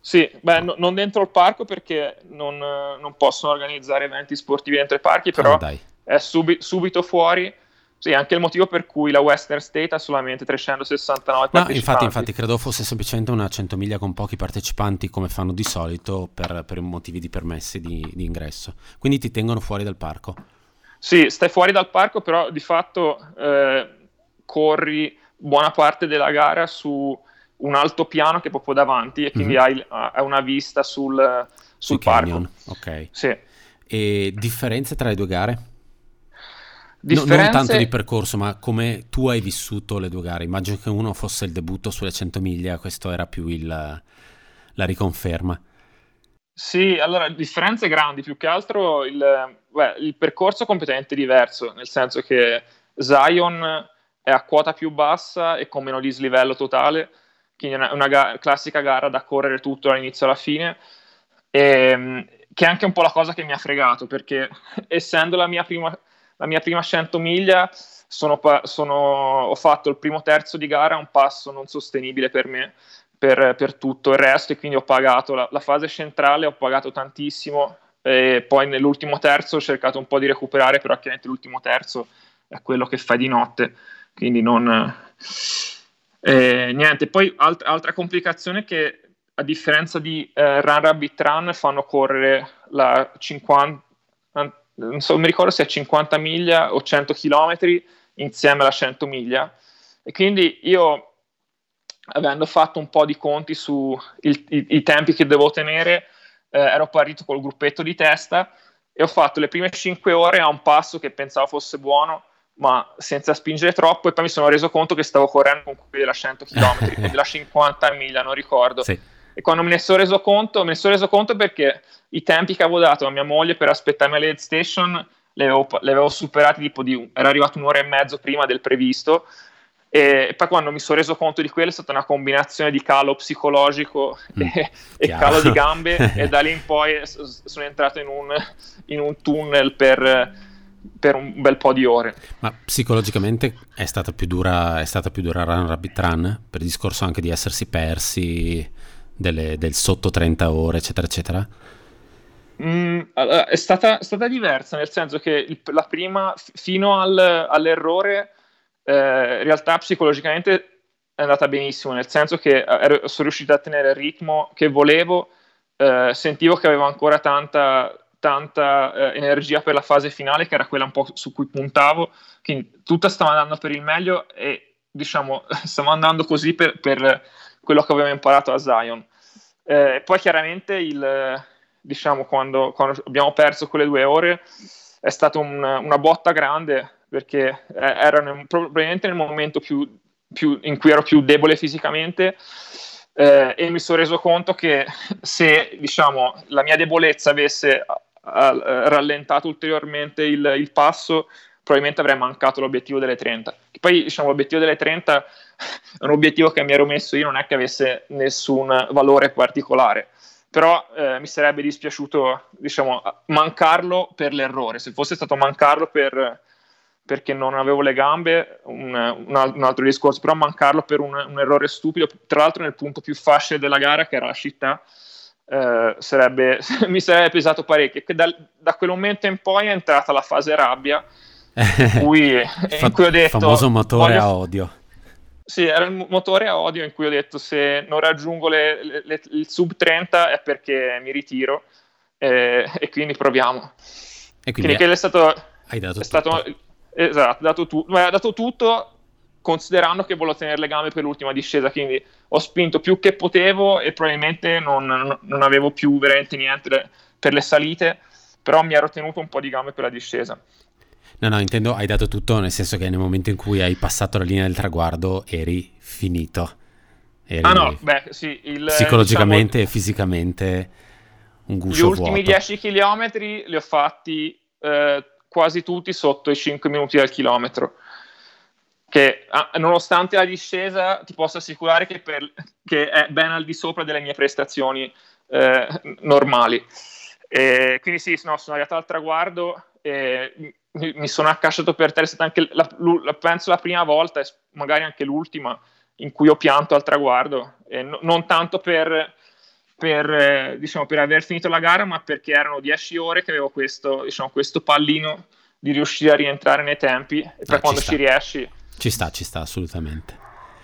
Sì, beh, non dentro il parco perché non possono organizzare eventi sportivi dentro i parchi, però dai. è subito fuori. Sì, anche il motivo per cui la Western State ha solamente 369 No, partecipanti. infatti credo fosse semplicemente una 100 miglia con pochi partecipanti come fanno di solito per motivi di permessi di ingresso. Quindi ti tengono fuori dal parco. Sì, stai fuori dal parco, però di fatto corri buona parte della gara su un altopiano che è proprio davanti e quindi hai una vista sul parco. Canyon, ok. Sì. E differenze tra le due gare? Differenze... non tanto di percorso, ma come tu hai vissuto le due gare. Immagino che uno fosse il debutto sulle 100 miglia, questo era più la riconferma. Sì, allora, differenze grandi, più che altro il percorso è completamente diverso, nel senso che Zion è a quota più bassa e con meno dislivello totale, quindi è una classica gara da correre tutto dall'inizio alla fine, che è anche un po' la cosa che mi ha fregato, perché essendo la mia prima 100 miglia ho fatto il primo terzo di gara un passo non sostenibile per me per tutto il resto, e quindi ho pagato la fase centrale, ho pagato tantissimo, e poi nell'ultimo terzo ho cercato un po' di recuperare, però chiaramente l'ultimo terzo è quello che fai di notte, quindi niente. Poi altra complicazione che a differenza di Run Rabbit Run fanno correre la 50, non so, mi ricordo se è 50 miglia o 100 km insieme alla 100 miglia, e quindi io, avendo fatto un po' di conti su i tempi che devo tenere, ero partito col gruppetto di testa e ho fatto le prime 5 ore a un passo che pensavo fosse buono, ma senza spingere troppo, e poi mi sono reso conto che stavo correndo con quelli della 100 km, quindi la 50 miglia, non ricordo. Sì. E quando me ne sono reso conto perché i tempi che avevo dato a mia moglie per aspettarmi all'aid station li avevo superati, era arrivato un'ora e mezzo prima del previsto, e poi quando mi sono reso conto di quello è stata una combinazione di calo psicologico e calo di gambe, e da lì in poi sono entrato in un tunnel per un bel po' di ore. Ma psicologicamente è stata più dura Run Rabbit Run, per il discorso anche di essersi persi del sotto 30 ore, eccetera eccetera? È stata diversa, nel senso che la prima, fino all'errore, in realtà psicologicamente è andata benissimo, nel senso che sono riuscito a tenere il ritmo che volevo, sentivo che avevo ancora tanta energia per la fase finale, che era quella un po' su cui puntavo, quindi tutto stava andando per il meglio, e diciamo stavo andando così per quello che avevo imparato a Zion. Poi chiaramente diciamo quando abbiamo perso quelle 2 ore è stata una botta grande, perché erano probabilmente nel momento più in cui ero più debole fisicamente, e mi sono reso conto che se, diciamo, la mia debolezza avesse rallentato ulteriormente il passo, probabilmente avrei mancato l'obiettivo delle 30. Poi, diciamo, l'obiettivo delle 30 è un obiettivo che mi ero messo io, non è che avesse nessun valore particolare, però mi sarebbe dispiaciuto, diciamo, mancarlo per l'errore. Se fosse stato mancarlo perché non avevo le gambe, un altro discorso, però mancarlo per un errore stupido, tra l'altro nel punto più facile della gara, che era la città, mi sarebbe pesato parecchio. Che da quel momento in poi è entrata la fase rabbia, in cui ho detto, famoso motore a odio. Sì, era il motore a odio, in cui ho detto: se non raggiungo il sub 30 è perché mi ritiro, e quindi proviamo. E quindi quello è stato, hai dato tutto. Esatto, ha dato tutto, considerando che volevo tenere le gambe per l'ultima discesa, quindi ho spinto più che potevo, e probabilmente non avevo più veramente niente per le salite, però mi ero tenuto un po' di gambe per la discesa. No, intendo, hai dato tutto, nel senso che nel momento in cui hai passato la linea del traguardo eri finito. Sì, psicologicamente, diciamo, e fisicamente un guscio vuoto. Gli ultimi 10 chilometri li ho fatti quasi tutti sotto i 5 minuti al chilometro, che nonostante la discesa ti posso assicurare che è ben al di sopra delle mie prestazioni normali. Quindi sì, no, sono arrivato al traguardo e mi sono accasciato per terra. È stata anche penso la prima volta, e magari anche l'ultima, in cui ho pianto al traguardo, e non tanto per diciamo, per aver finito la gara, ma perché erano 10 ore che avevo questo pallino di riuscire a rientrare nei tempi, e per quando ci riesci... Ci sta assolutamente.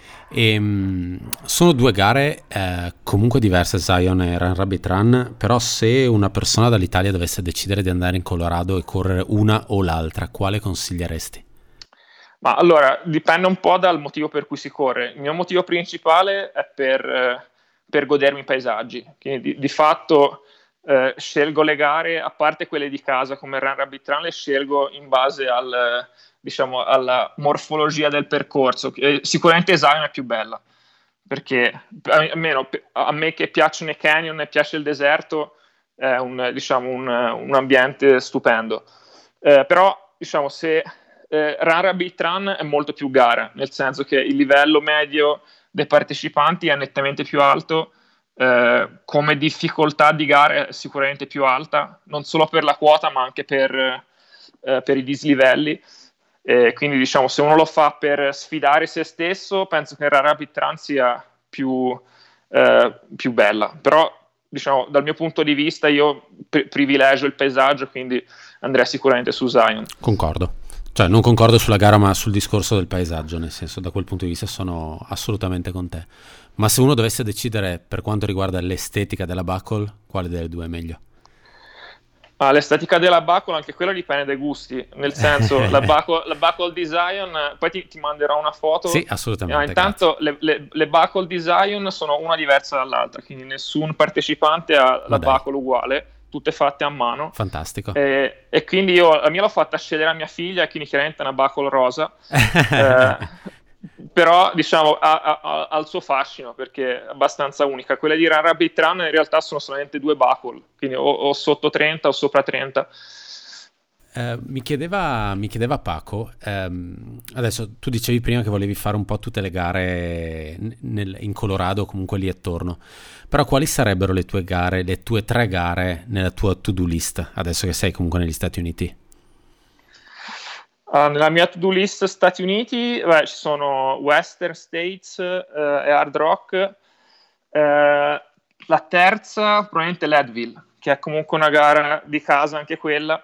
Sono due gare comunque diverse, Zion e Run Rabbit Run, però se una persona dall'Italia dovesse decidere di andare in Colorado e correre una o l'altra, quale consiglieresti? Ma allora, dipende un po' dal motivo per cui si corre. Il mio motivo principale è per godermi i paesaggi, quindi di fatto scelgo le gare, a parte quelle di casa come Run Rabbit Run, le scelgo in base diciamo, alla morfologia del percorso. Sicuramente Zion è più bella, perché almeno a me che piacciono i canyon e piace il deserto, è un ambiente stupendo. Però, diciamo, se Run Rabbit Run è molto più gara, nel senso che il livello medio dei partecipanti è nettamente più alto, come difficoltà di gara è sicuramente più alta, non solo per la quota ma anche per i dislivelli. Quindi diciamo, se uno lo fa per sfidare se stesso, penso che Run Rabbit Run sia più bella, però diciamo, dal mio punto di vista io privilegio il paesaggio, quindi andrei sicuramente su Zion. Concordo. Cioè, non concordo sulla gara, ma sul discorso del paesaggio, nel senso, da quel punto di vista sono assolutamente con te. Ma se uno dovesse decidere per quanto riguarda l'estetica della buckle, quale delle due è meglio? L'estetica della buckle, anche quella dipende dai gusti, nel senso, la buckle di Zion, poi ti manderò una foto. Sì, assolutamente. Intanto le buckle di Zion sono una diversa dall'altra, quindi nessun partecipante ha la buckle uguale, tutte fatte a mano. Fantastico. E quindi la mia l'ho fatta scegliere a mia figlia, quindi chiaramente è una buckle rosa, però diciamo ha il suo fascino perché è abbastanza unica. Quelle di Run Rabbit Run in realtà sono solamente 2 buckle, quindi o sotto 30 o sopra 30. Mi chiedeva Paco, adesso tu dicevi prima che volevi fare un po' tutte le gare in Colorado, comunque lì attorno, però quali sarebbero le tue 3 gare nella tua to-do list, adesso che sei comunque negli Stati Uniti? Nella mia to-do list Stati Uniti ci sono Western States e Hard Rock. La terza probabilmente Leadville, che è comunque una gara di casa anche quella,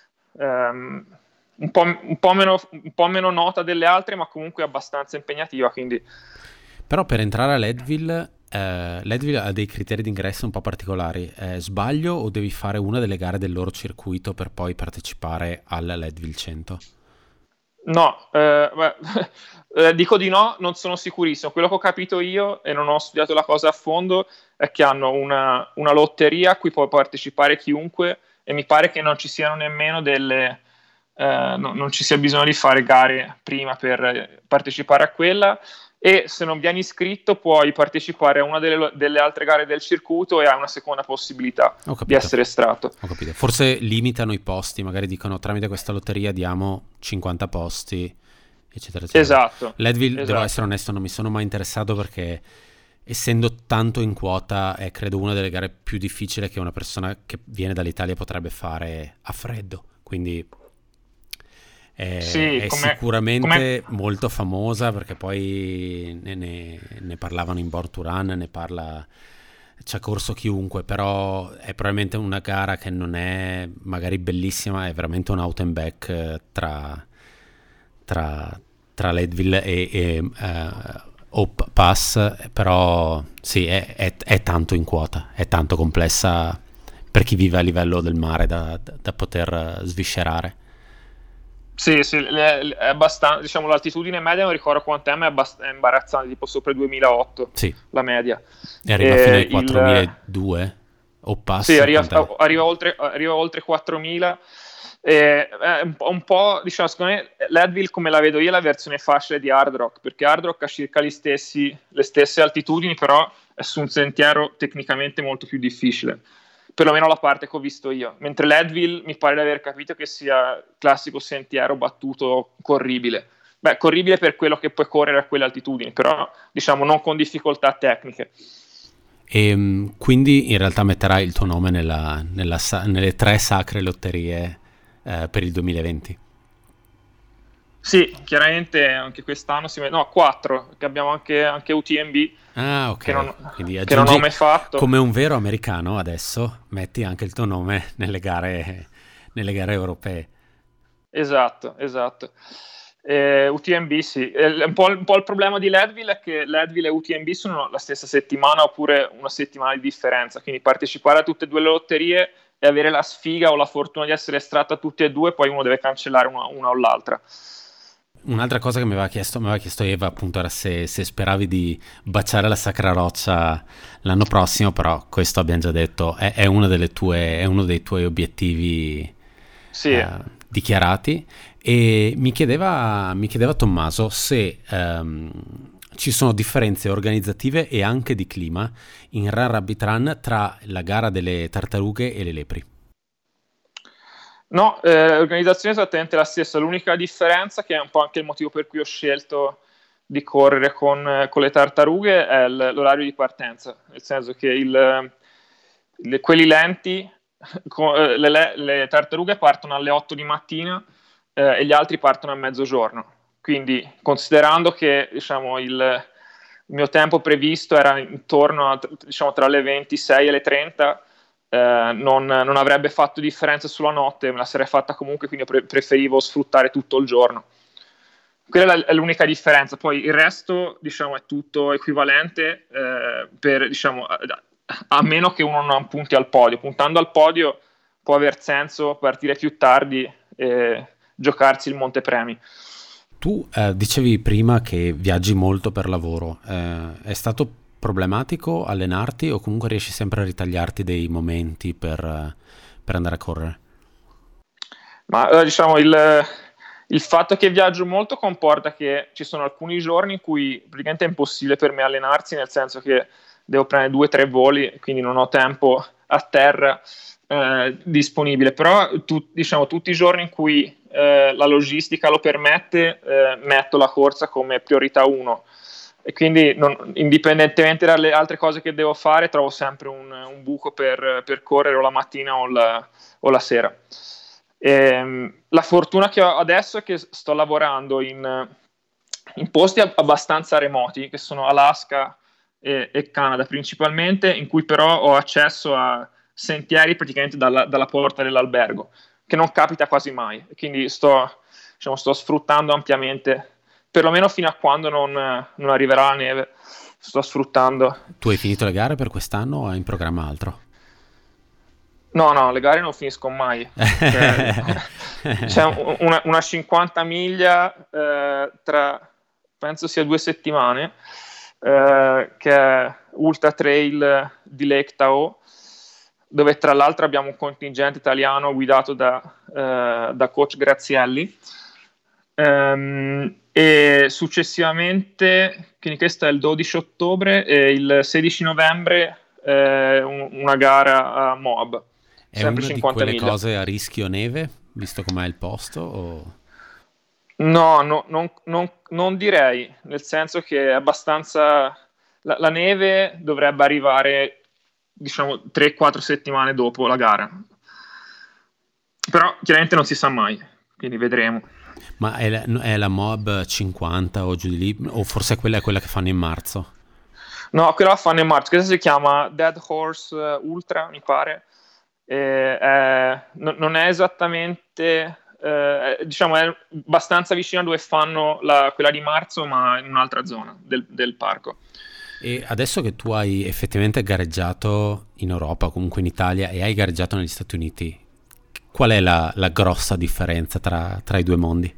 un po' meno nota delle altre, ma comunque abbastanza impegnativa. Quindi. Però per entrare a Leadville ha dei criteri di ingresso un po' particolari. Sbaglio o devi fare una delle gare del loro circuito per poi partecipare alla Leadville 100? No, dico di no, non sono sicurissimo. Quello che ho capito io, e non ho studiato la cosa a fondo, è che hanno una lotteria a cui può partecipare chiunque, e mi pare che non ci siano nemmeno non ci sia bisogno di fare gare prima per partecipare a quella, e se non vieni iscritto puoi partecipare a una delle altre gare del circuito e hai una seconda possibilità di essere estratto. Ho capito. Forse limitano i posti, magari dicono tramite questa lotteria diamo 50 posti, eccetera, eccetera. Esatto. Leadville, devo essere onesto, non mi sono mai interessato perché essendo tanto in quota è credo una delle gare più difficili che una persona che viene dall'Italia potrebbe fare a freddo, quindi è sicuramente molto famosa perché poi ne parlavano in Born to Run, c'ha corso chiunque, però è probabilmente una gara che non è magari bellissima, è veramente un out and back tra Leadville e Hope Pass, però sì, è tanto in quota, è tanto complessa per chi vive a livello del mare da poter sviscerare. Sì, è abbastanza, diciamo, l'altitudine media non ricordo quant'è, ma è imbarazzante, tipo sopra i 2008, sì. La media. E arriva fino ai 4002 o passa? Sì, arriva oltre 4000. Un po', diciamo, secondo me Leadville, come la vedo io, è la versione facile di Hard Rock, perché Hard Rock ha circa le stesse altitudini, però è su un sentiero tecnicamente molto più difficile, perlomeno la parte che ho visto io, mentre Leadville mi pare di aver capito che sia classico sentiero battuto corribile. Corribile per quello che puoi correre a quelle altitudini, però diciamo non con difficoltà tecniche. E quindi in realtà metterai il tuo nome nelle 3 sacre lotterie per il 2020? Sì, chiaramente anche quest'anno no, 4, che abbiamo anche UTMB, Ah, che non, ok. Quindi che non ho aggiungi mai fatto. come un vero americano adesso, metti anche il tuo nome nelle gare europee. Esatto, esatto. UTMB sì. Un po' il problema di Leadville è che Leadville e UTMB sono la stessa settimana oppure una settimana di differenza, quindi partecipare a tutte e due le lotterie e avere la sfiga o la fortuna di essere estratto a tutte e due, poi uno deve cancellare una o l'altra. Un'altra cosa che mi aveva chiesto Eva appunto era se speravi di baciare la Sacra Roccia l'anno prossimo, però questo abbiamo già detto, è è uno dei tuoi obiettivi Sì. dichiarati. E mi chiedeva Tommaso se ci sono differenze organizzative e anche di clima in Run Rabbit Run tra la gara delle tartarughe e le lepri. No, l'organizzazione è esattamente la stessa, l'unica differenza, che è un po' anche il motivo per cui ho scelto di correre con le tartarughe, è l'orario di partenza, nel senso che quelli lenti, le tartarughe partono alle 8 di mattina e gli altri partono a mezzogiorno, quindi considerando che diciamo, il mio tempo previsto era intorno a diciamo, tra le 26 e le 30, non avrebbe fatto differenza sulla notte, me la sarei fatta comunque, quindi preferivo sfruttare tutto il giorno. Quella è l'unica differenza, poi il resto diciamo, è tutto equivalente, diciamo, a meno che uno non punti al podio. Puntando al podio può aver senso partire più tardi e giocarsi il montepremi. Tu dicevi prima che viaggi molto per lavoro, è stato problematico allenarti o comunque riesci sempre a ritagliarti dei momenti per andare a correre? Ma diciamo il fatto che viaggio molto comporta che ci sono alcuni giorni in cui praticamente è impossibile per me allenarsi, nel senso che devo prendere 2 o 3 voli, quindi non ho tempo a terra disponibile, però diciamo, tutti i giorni in cui la logistica lo permette, metto la corsa come priorità 1 e quindi indipendentemente dalle altre cose che devo fare trovo sempre un buco per correre o la mattina o la sera. La fortuna che ho adesso è che sto lavorando in posti abbastanza remoti, che sono Alaska e Canada principalmente, in cui però ho accesso a sentieri praticamente dalla porta dell'albergo, che non capita quasi mai. Quindi sto sfruttando ampiamente, perlomeno fino a quando non arriverà la neve, sto sfruttando. Tu hai finito le gare per quest'anno o hai in programma altro? No, le gare non finiscono mai. C'è una 50 miglia tra, penso sia 2 settimane, che è Ultra Trail di Lake Tahoe, dove tra l'altro abbiamo un contingente italiano guidato da coach Grazielli. E successivamente, quindi questo è il 12 ottobre e il 16 novembre una gara a Moab. È una di quelle cose a rischio neve, visto com'è il posto? O... No, non direi, nel senso che è abbastanza... La neve dovrebbe arrivare, diciamo, 3-4 settimane dopo la gara. Però chiaramente non si sa mai, quindi vedremo. Ma è la Moab 50 o giù di lì? O forse quella è quella che fanno in marzo? No, quella la fanno in marzo. Questa si chiama Dead Horse Ultra, mi pare. Non è esattamente, diciamo, è abbastanza vicino a dove fanno quella di marzo, ma in un'altra zona del parco. E adesso che tu hai effettivamente gareggiato in Europa, comunque in Italia, e hai gareggiato negli Stati Uniti, qual è la grossa differenza tra i due mondi?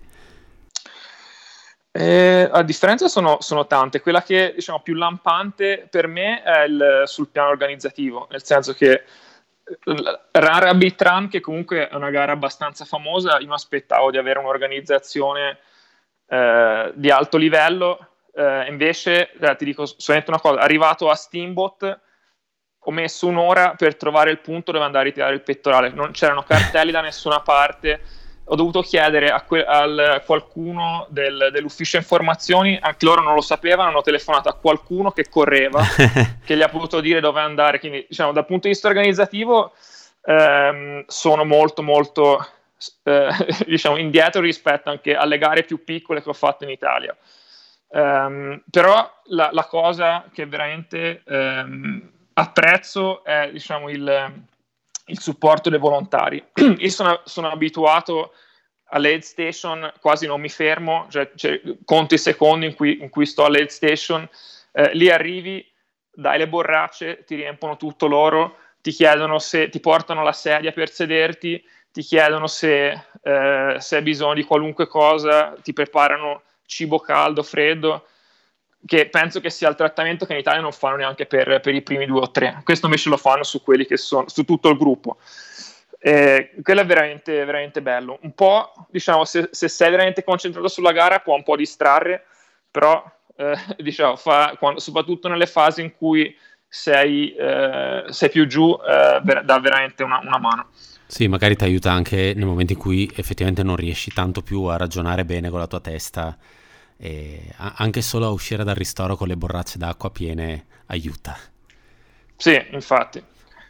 A differenza sono tante. Quella che diciamo più lampante per me è sul piano organizzativo, nel senso che Run Rabbit Run, che comunque è una gara abbastanza famosa, io mi aspettavo di avere un'organizzazione di alto livello, invece ti dico solamente una cosa: arrivato a Steamboat ho messo un'ora per trovare il punto dove andare a ritirare il pettorale, non c'erano cartelli da nessuna parte, ho dovuto chiedere a qualcuno dell'ufficio informazioni, anche loro non lo sapevano, hanno telefonato a qualcuno che correva che gli ha potuto dire dove andare, quindi diciamo dal punto di vista organizzativo sono molto molto diciamo indietro rispetto anche alle gare più piccole che ho fatto in Italia. Però la cosa che veramente apprezzo è, diciamo, il supporto dei volontari. Io sono abituato all'aid station, quasi non mi fermo, cioè conto i secondi in cui sto all'aid station, lì arrivi, dai le borracce, ti riempono tutto loro, ti chiedono se ti portano la sedia per sederti, ti chiedono se hai bisogno di qualunque cosa, ti preparano cibo caldo, freddo, che penso che sia il trattamento che in Italia non fanno neanche per i primi 2 o 3. Questo invece lo fanno su quelli che sono, su tutto il gruppo. Quello è veramente, veramente bello. Un po', diciamo, se sei veramente concentrato sulla gara può un po' distrarre, però diciamo, soprattutto nelle fasi in cui sei più giù, dà veramente una mano. Sì, magari ti aiuta anche nel momento in cui effettivamente non riesci tanto più a ragionare bene con la tua testa, e anche solo a uscire dal ristoro con le borracce d'acqua piene aiuta. Sì, infatti.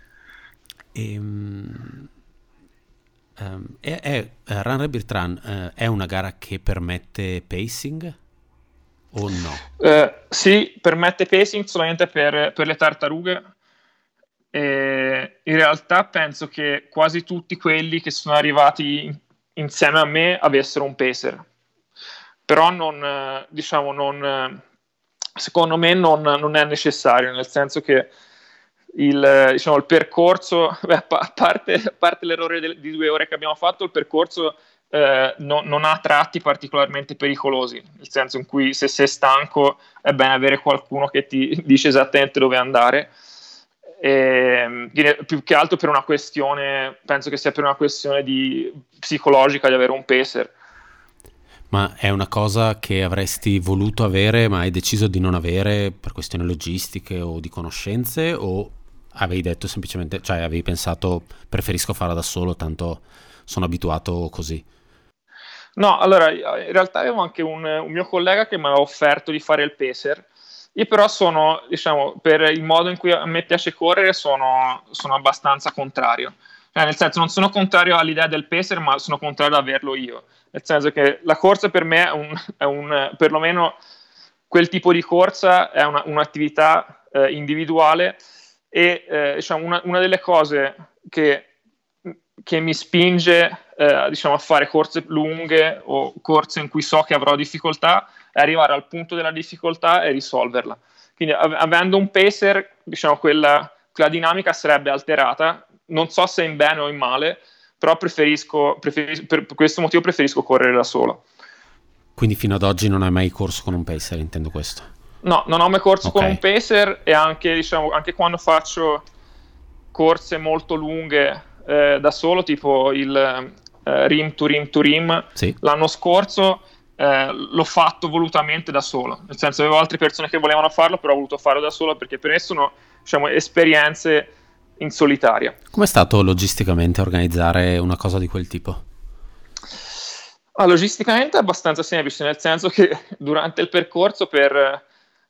Run Rabbit Run è una gara che permette pacing o no? Sì, permette pacing solamente per le tartarughe. E in realtà penso che quasi tutti quelli che sono arrivati insieme a me avessero un pacer, però secondo me non è necessario, nel senso che il percorso, a parte l'errore di 2 ore che abbiamo fatto, il percorso non ha tratti particolarmente pericolosi, nel senso in cui se sei stanco è bene avere qualcuno che ti dice esattamente dove andare. Più che altro penso che sia per una questione psicologica di avere un pacer. Ma è una cosa che avresti voluto avere ma hai deciso di non avere per questioni logistiche o di conoscenze, o avevi detto semplicemente, cioè avevi pensato preferisco farla da solo, tanto sono abituato così? No, allora in realtà avevo anche un mio collega che mi aveva offerto di fare il pacer. Io però diciamo, per il modo in cui a me piace correre, sono abbastanza contrario. Nel senso, non sono contrario all'idea del pacer, ma sono contrario ad averlo io. Nel senso che la corsa per me perlomeno quel tipo di corsa è un'attività individuale e diciamo, una delle cose che mi spinge diciamo, a fare corse lunghe o corse in cui so che avrò difficoltà è arrivare al punto della difficoltà e risolverla. Quindi avendo un pacer, diciamo, quella dinamica sarebbe alterata, non so se in bene o in male, però per questo motivo preferisco correre da solo. Quindi fino ad oggi non hai mai corso con un pacer, intendo questo? No, non ho mai corso con un pacer, e anche, diciamo, anche quando faccio corse molto lunghe da solo, tipo il Rim to Rim to Rim, sì. L'anno scorso l'ho fatto volutamente da solo, nel senso avevo altre persone che volevano farlo, però ho voluto farlo da solo perché per me sono, diciamo, esperienze in solitaria. Com'è stato logisticamente organizzare una cosa di quel tipo? Logisticamente è abbastanza semplice, nel senso che durante il percorso per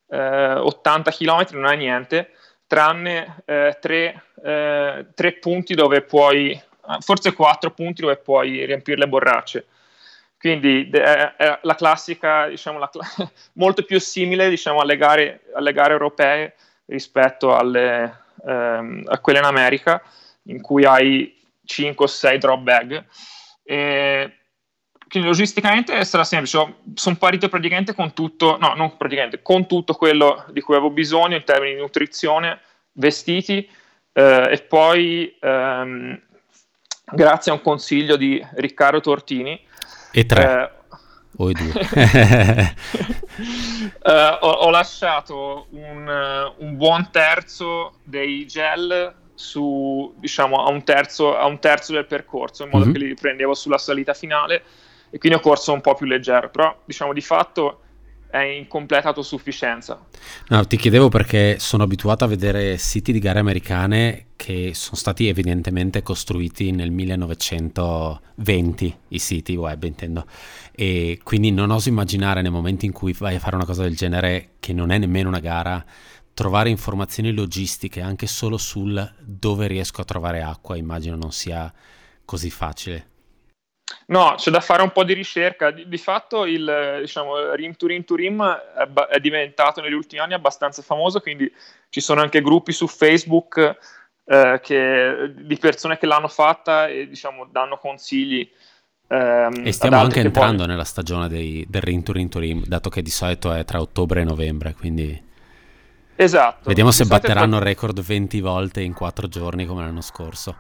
80 km non hai niente, tranne 3 punti dove puoi, forse 4 punti dove puoi riempire le borracce. Quindi è la classica, diciamo, molto più simile, diciamo, alle gare europee rispetto a quelle in America, in cui hai 5 o 6 drop bag. Quindi logisticamente sarà semplice. Sono partito praticamente con tutto, no, non praticamente, con tutto quello di cui avevo bisogno in termini di nutrizione, vestiti, e poi grazie a un consiglio di Riccardo Tortini, e 3 o i 2 ho lasciato un buon terzo dei gel su, diciamo, a un terzo del percorso, in modo che li riprendevo sulla salita finale, e quindi ho corso un po' più leggero, però diciamo di fatto è in completa autosufficienza. No, ti chiedevo perché sono abituato a vedere siti di gare americane che sono stati evidentemente costruiti nel 1920, i siti web intendo, e quindi non oso immaginare nel momento in cui vai a fare una cosa del genere, che non è nemmeno una gara, trovare informazioni logistiche anche solo sul dove riesco a trovare acqua. Immagino non sia così facile. No, c'è da fare un po' di ricerca. Di fatto diciamo, Rim to Rim to Rim è diventato negli ultimi anni abbastanza famoso, quindi ci sono anche gruppi su Facebook di persone che l'hanno fatta e diciamo danno consigli E ad stiamo altri anche che entrando vogliono. nella stagione del Rim to Rim to Rim, dato che di solito è tra ottobre e novembre, quindi Esatto, vediamo di se solito è batteranno il record 20 volte in 4 giorni come l'anno scorso.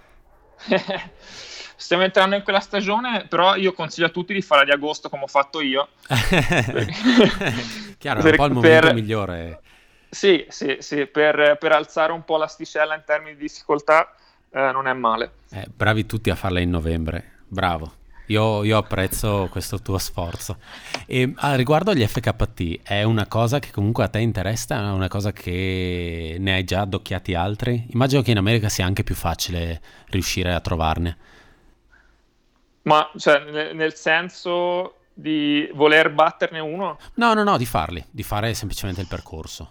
Stiamo entrando in quella stagione, però io consiglio a tutti di farla di agosto come ho fatto io. Chiaro, è un po' il momento migliore. Sì, sì, sì, per alzare un po' l'asticella in termini di difficoltà non è male. Bravi tutti a farla in novembre, bravo. Io apprezzo questo tuo sforzo. E riguardo agli FKT, è una cosa che comunque a te interessa? È una cosa che ne hai già addocchiati altri? Immagino che in America sia anche più facile riuscire a trovarne. Ma cioè, nel senso di voler batterne uno? No, di farli, di fare semplicemente il percorso.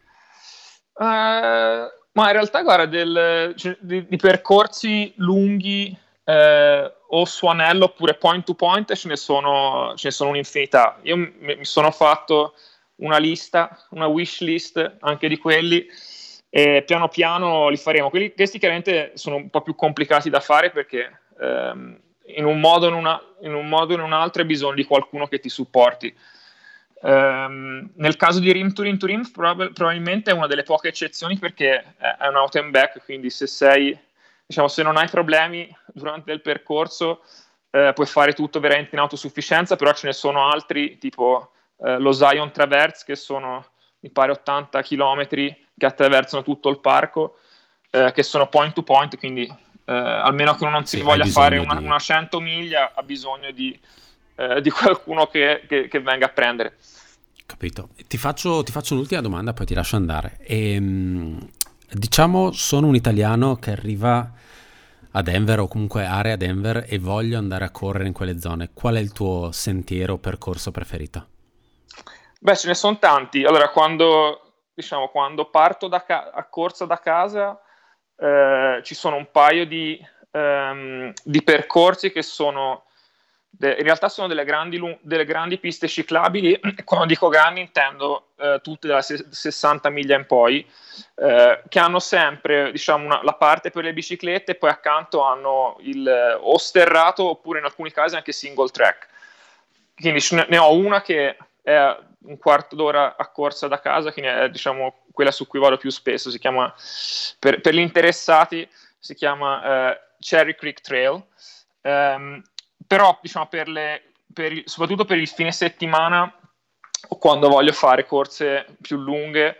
Ma in realtà, guarda, cioè, di percorsi lunghi o su anello oppure point to point ce ne sono un'infinità. Io mi sono fatto una lista, una wish list anche di quelli e piano piano li faremo. Questi chiaramente sono un po' più complicati da fare perché in un modo o in un altro hai bisogno di qualcuno che ti supporti. Nel caso di Rim to Rim to Rim probabilmente è una delle poche eccezioni perché è un out and back, quindi diciamo, se non hai problemi durante il percorso puoi fare tutto veramente in autosufficienza, però ce ne sono altri tipo lo Zion Traverse che sono mi pare 80 km che attraversano tutto il parco che sono point to point, quindi almeno che uno non si voglia fare una 100 miglia ha bisogno di qualcuno che venga a prendere. Capito. Ti faccio un'ultima domanda, poi ti lascio andare. Diciamo, sono un italiano che arriva a Denver o comunque area Denver e voglio andare a correre in quelle zone. Qual è il tuo sentiero o percorso preferito? Beh, ce ne sono tanti. Allora, quando parto a corsa da casa, ci sono un paio di percorsi che sono in realtà sono delle grandi piste ciclabili. Quando dico grandi intendo tutte da 60 miglia in poi, che hanno sempre diciamo, la parte per le biciclette e poi accanto hanno o sterrato oppure in alcuni casi anche single track. Quindi ne ho una che è un quarto d'ora a corsa da casa, che è diciamo, quella su cui vado più spesso. Si chiama, per gli interessati, si chiama Cherry Creek Trail. Però diciamo soprattutto per il fine settimana o quando voglio fare corse più lunghe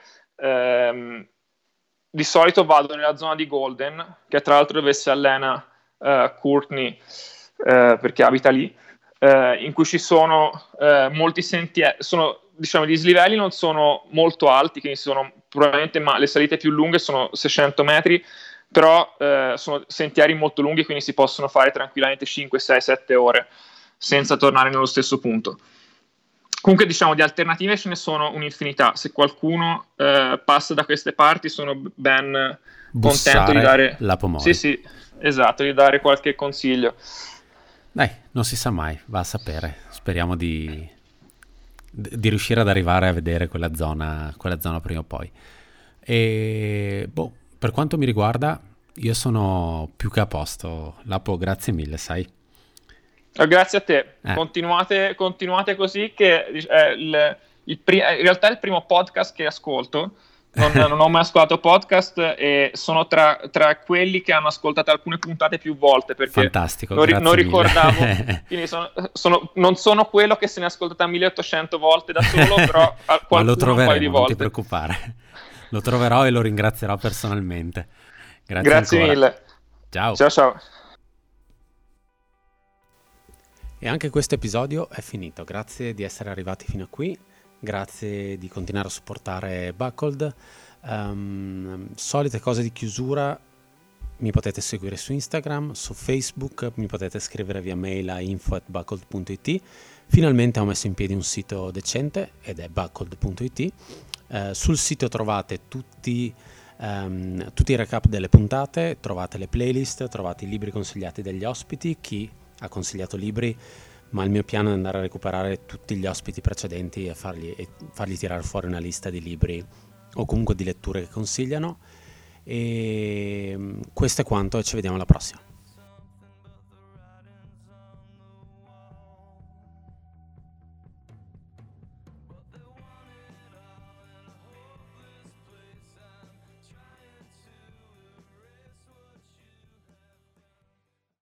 di solito vado nella zona di Golden, che è tra l'altro dove si allena Courtney perché abita lì, in cui ci sono molti sentieri. Diciamo, gli dislivelli non sono molto alti, quindi probabilmente le salite più lunghe sono 600 metri, però sono sentieri molto lunghi, quindi si possono fare tranquillamente 5, 6, 7 ore senza tornare nello stesso punto. Comunque diciamo di alternative ce ne sono un'infinità. Se qualcuno passa da queste parti sono ben contento di dare la Pomori. Sì, esatto, di dare qualche consiglio. Dai, non si sa mai, va a sapere. Speriamo di riuscire ad arrivare a vedere quella zona prima o poi. E per quanto mi riguarda, io sono più che a posto. Lapo, grazie mille, sai. Grazie a te. Continuate così, che in realtà è il primo podcast che ascolto. Non ho mai ascoltato podcast e sono tra quelli che hanno ascoltato alcune puntate più volte perché fantastico, non ricordavo. Quindi non sono quello che se ne è ascoltata 1800 volte da solo, però ma lo troveremo, un paio di volte. Non ti preoccupare. Lo troverò e lo ringrazierò personalmente. Grazie mille. Ciao. E anche questo episodio è finito. Grazie di essere arrivati fino a qui. Grazie di continuare a supportare Buckled. Solite cose di chiusura: mi potete seguire su Instagram, su Facebook, mi potete scrivere via mail a info@buckled.it. Finalmente ho messo in piedi un sito decente ed è buckled.it. Sul sito trovate tutti i recap delle puntate, trovate le playlist, trovate i libri consigliati dagli ospiti, chi ha consigliato libri, ma il mio piano è andare a recuperare tutti gli ospiti precedenti e fargli tirare fuori una lista di libri o comunque di letture che consigliano. E questo è quanto, e ci vediamo alla prossima.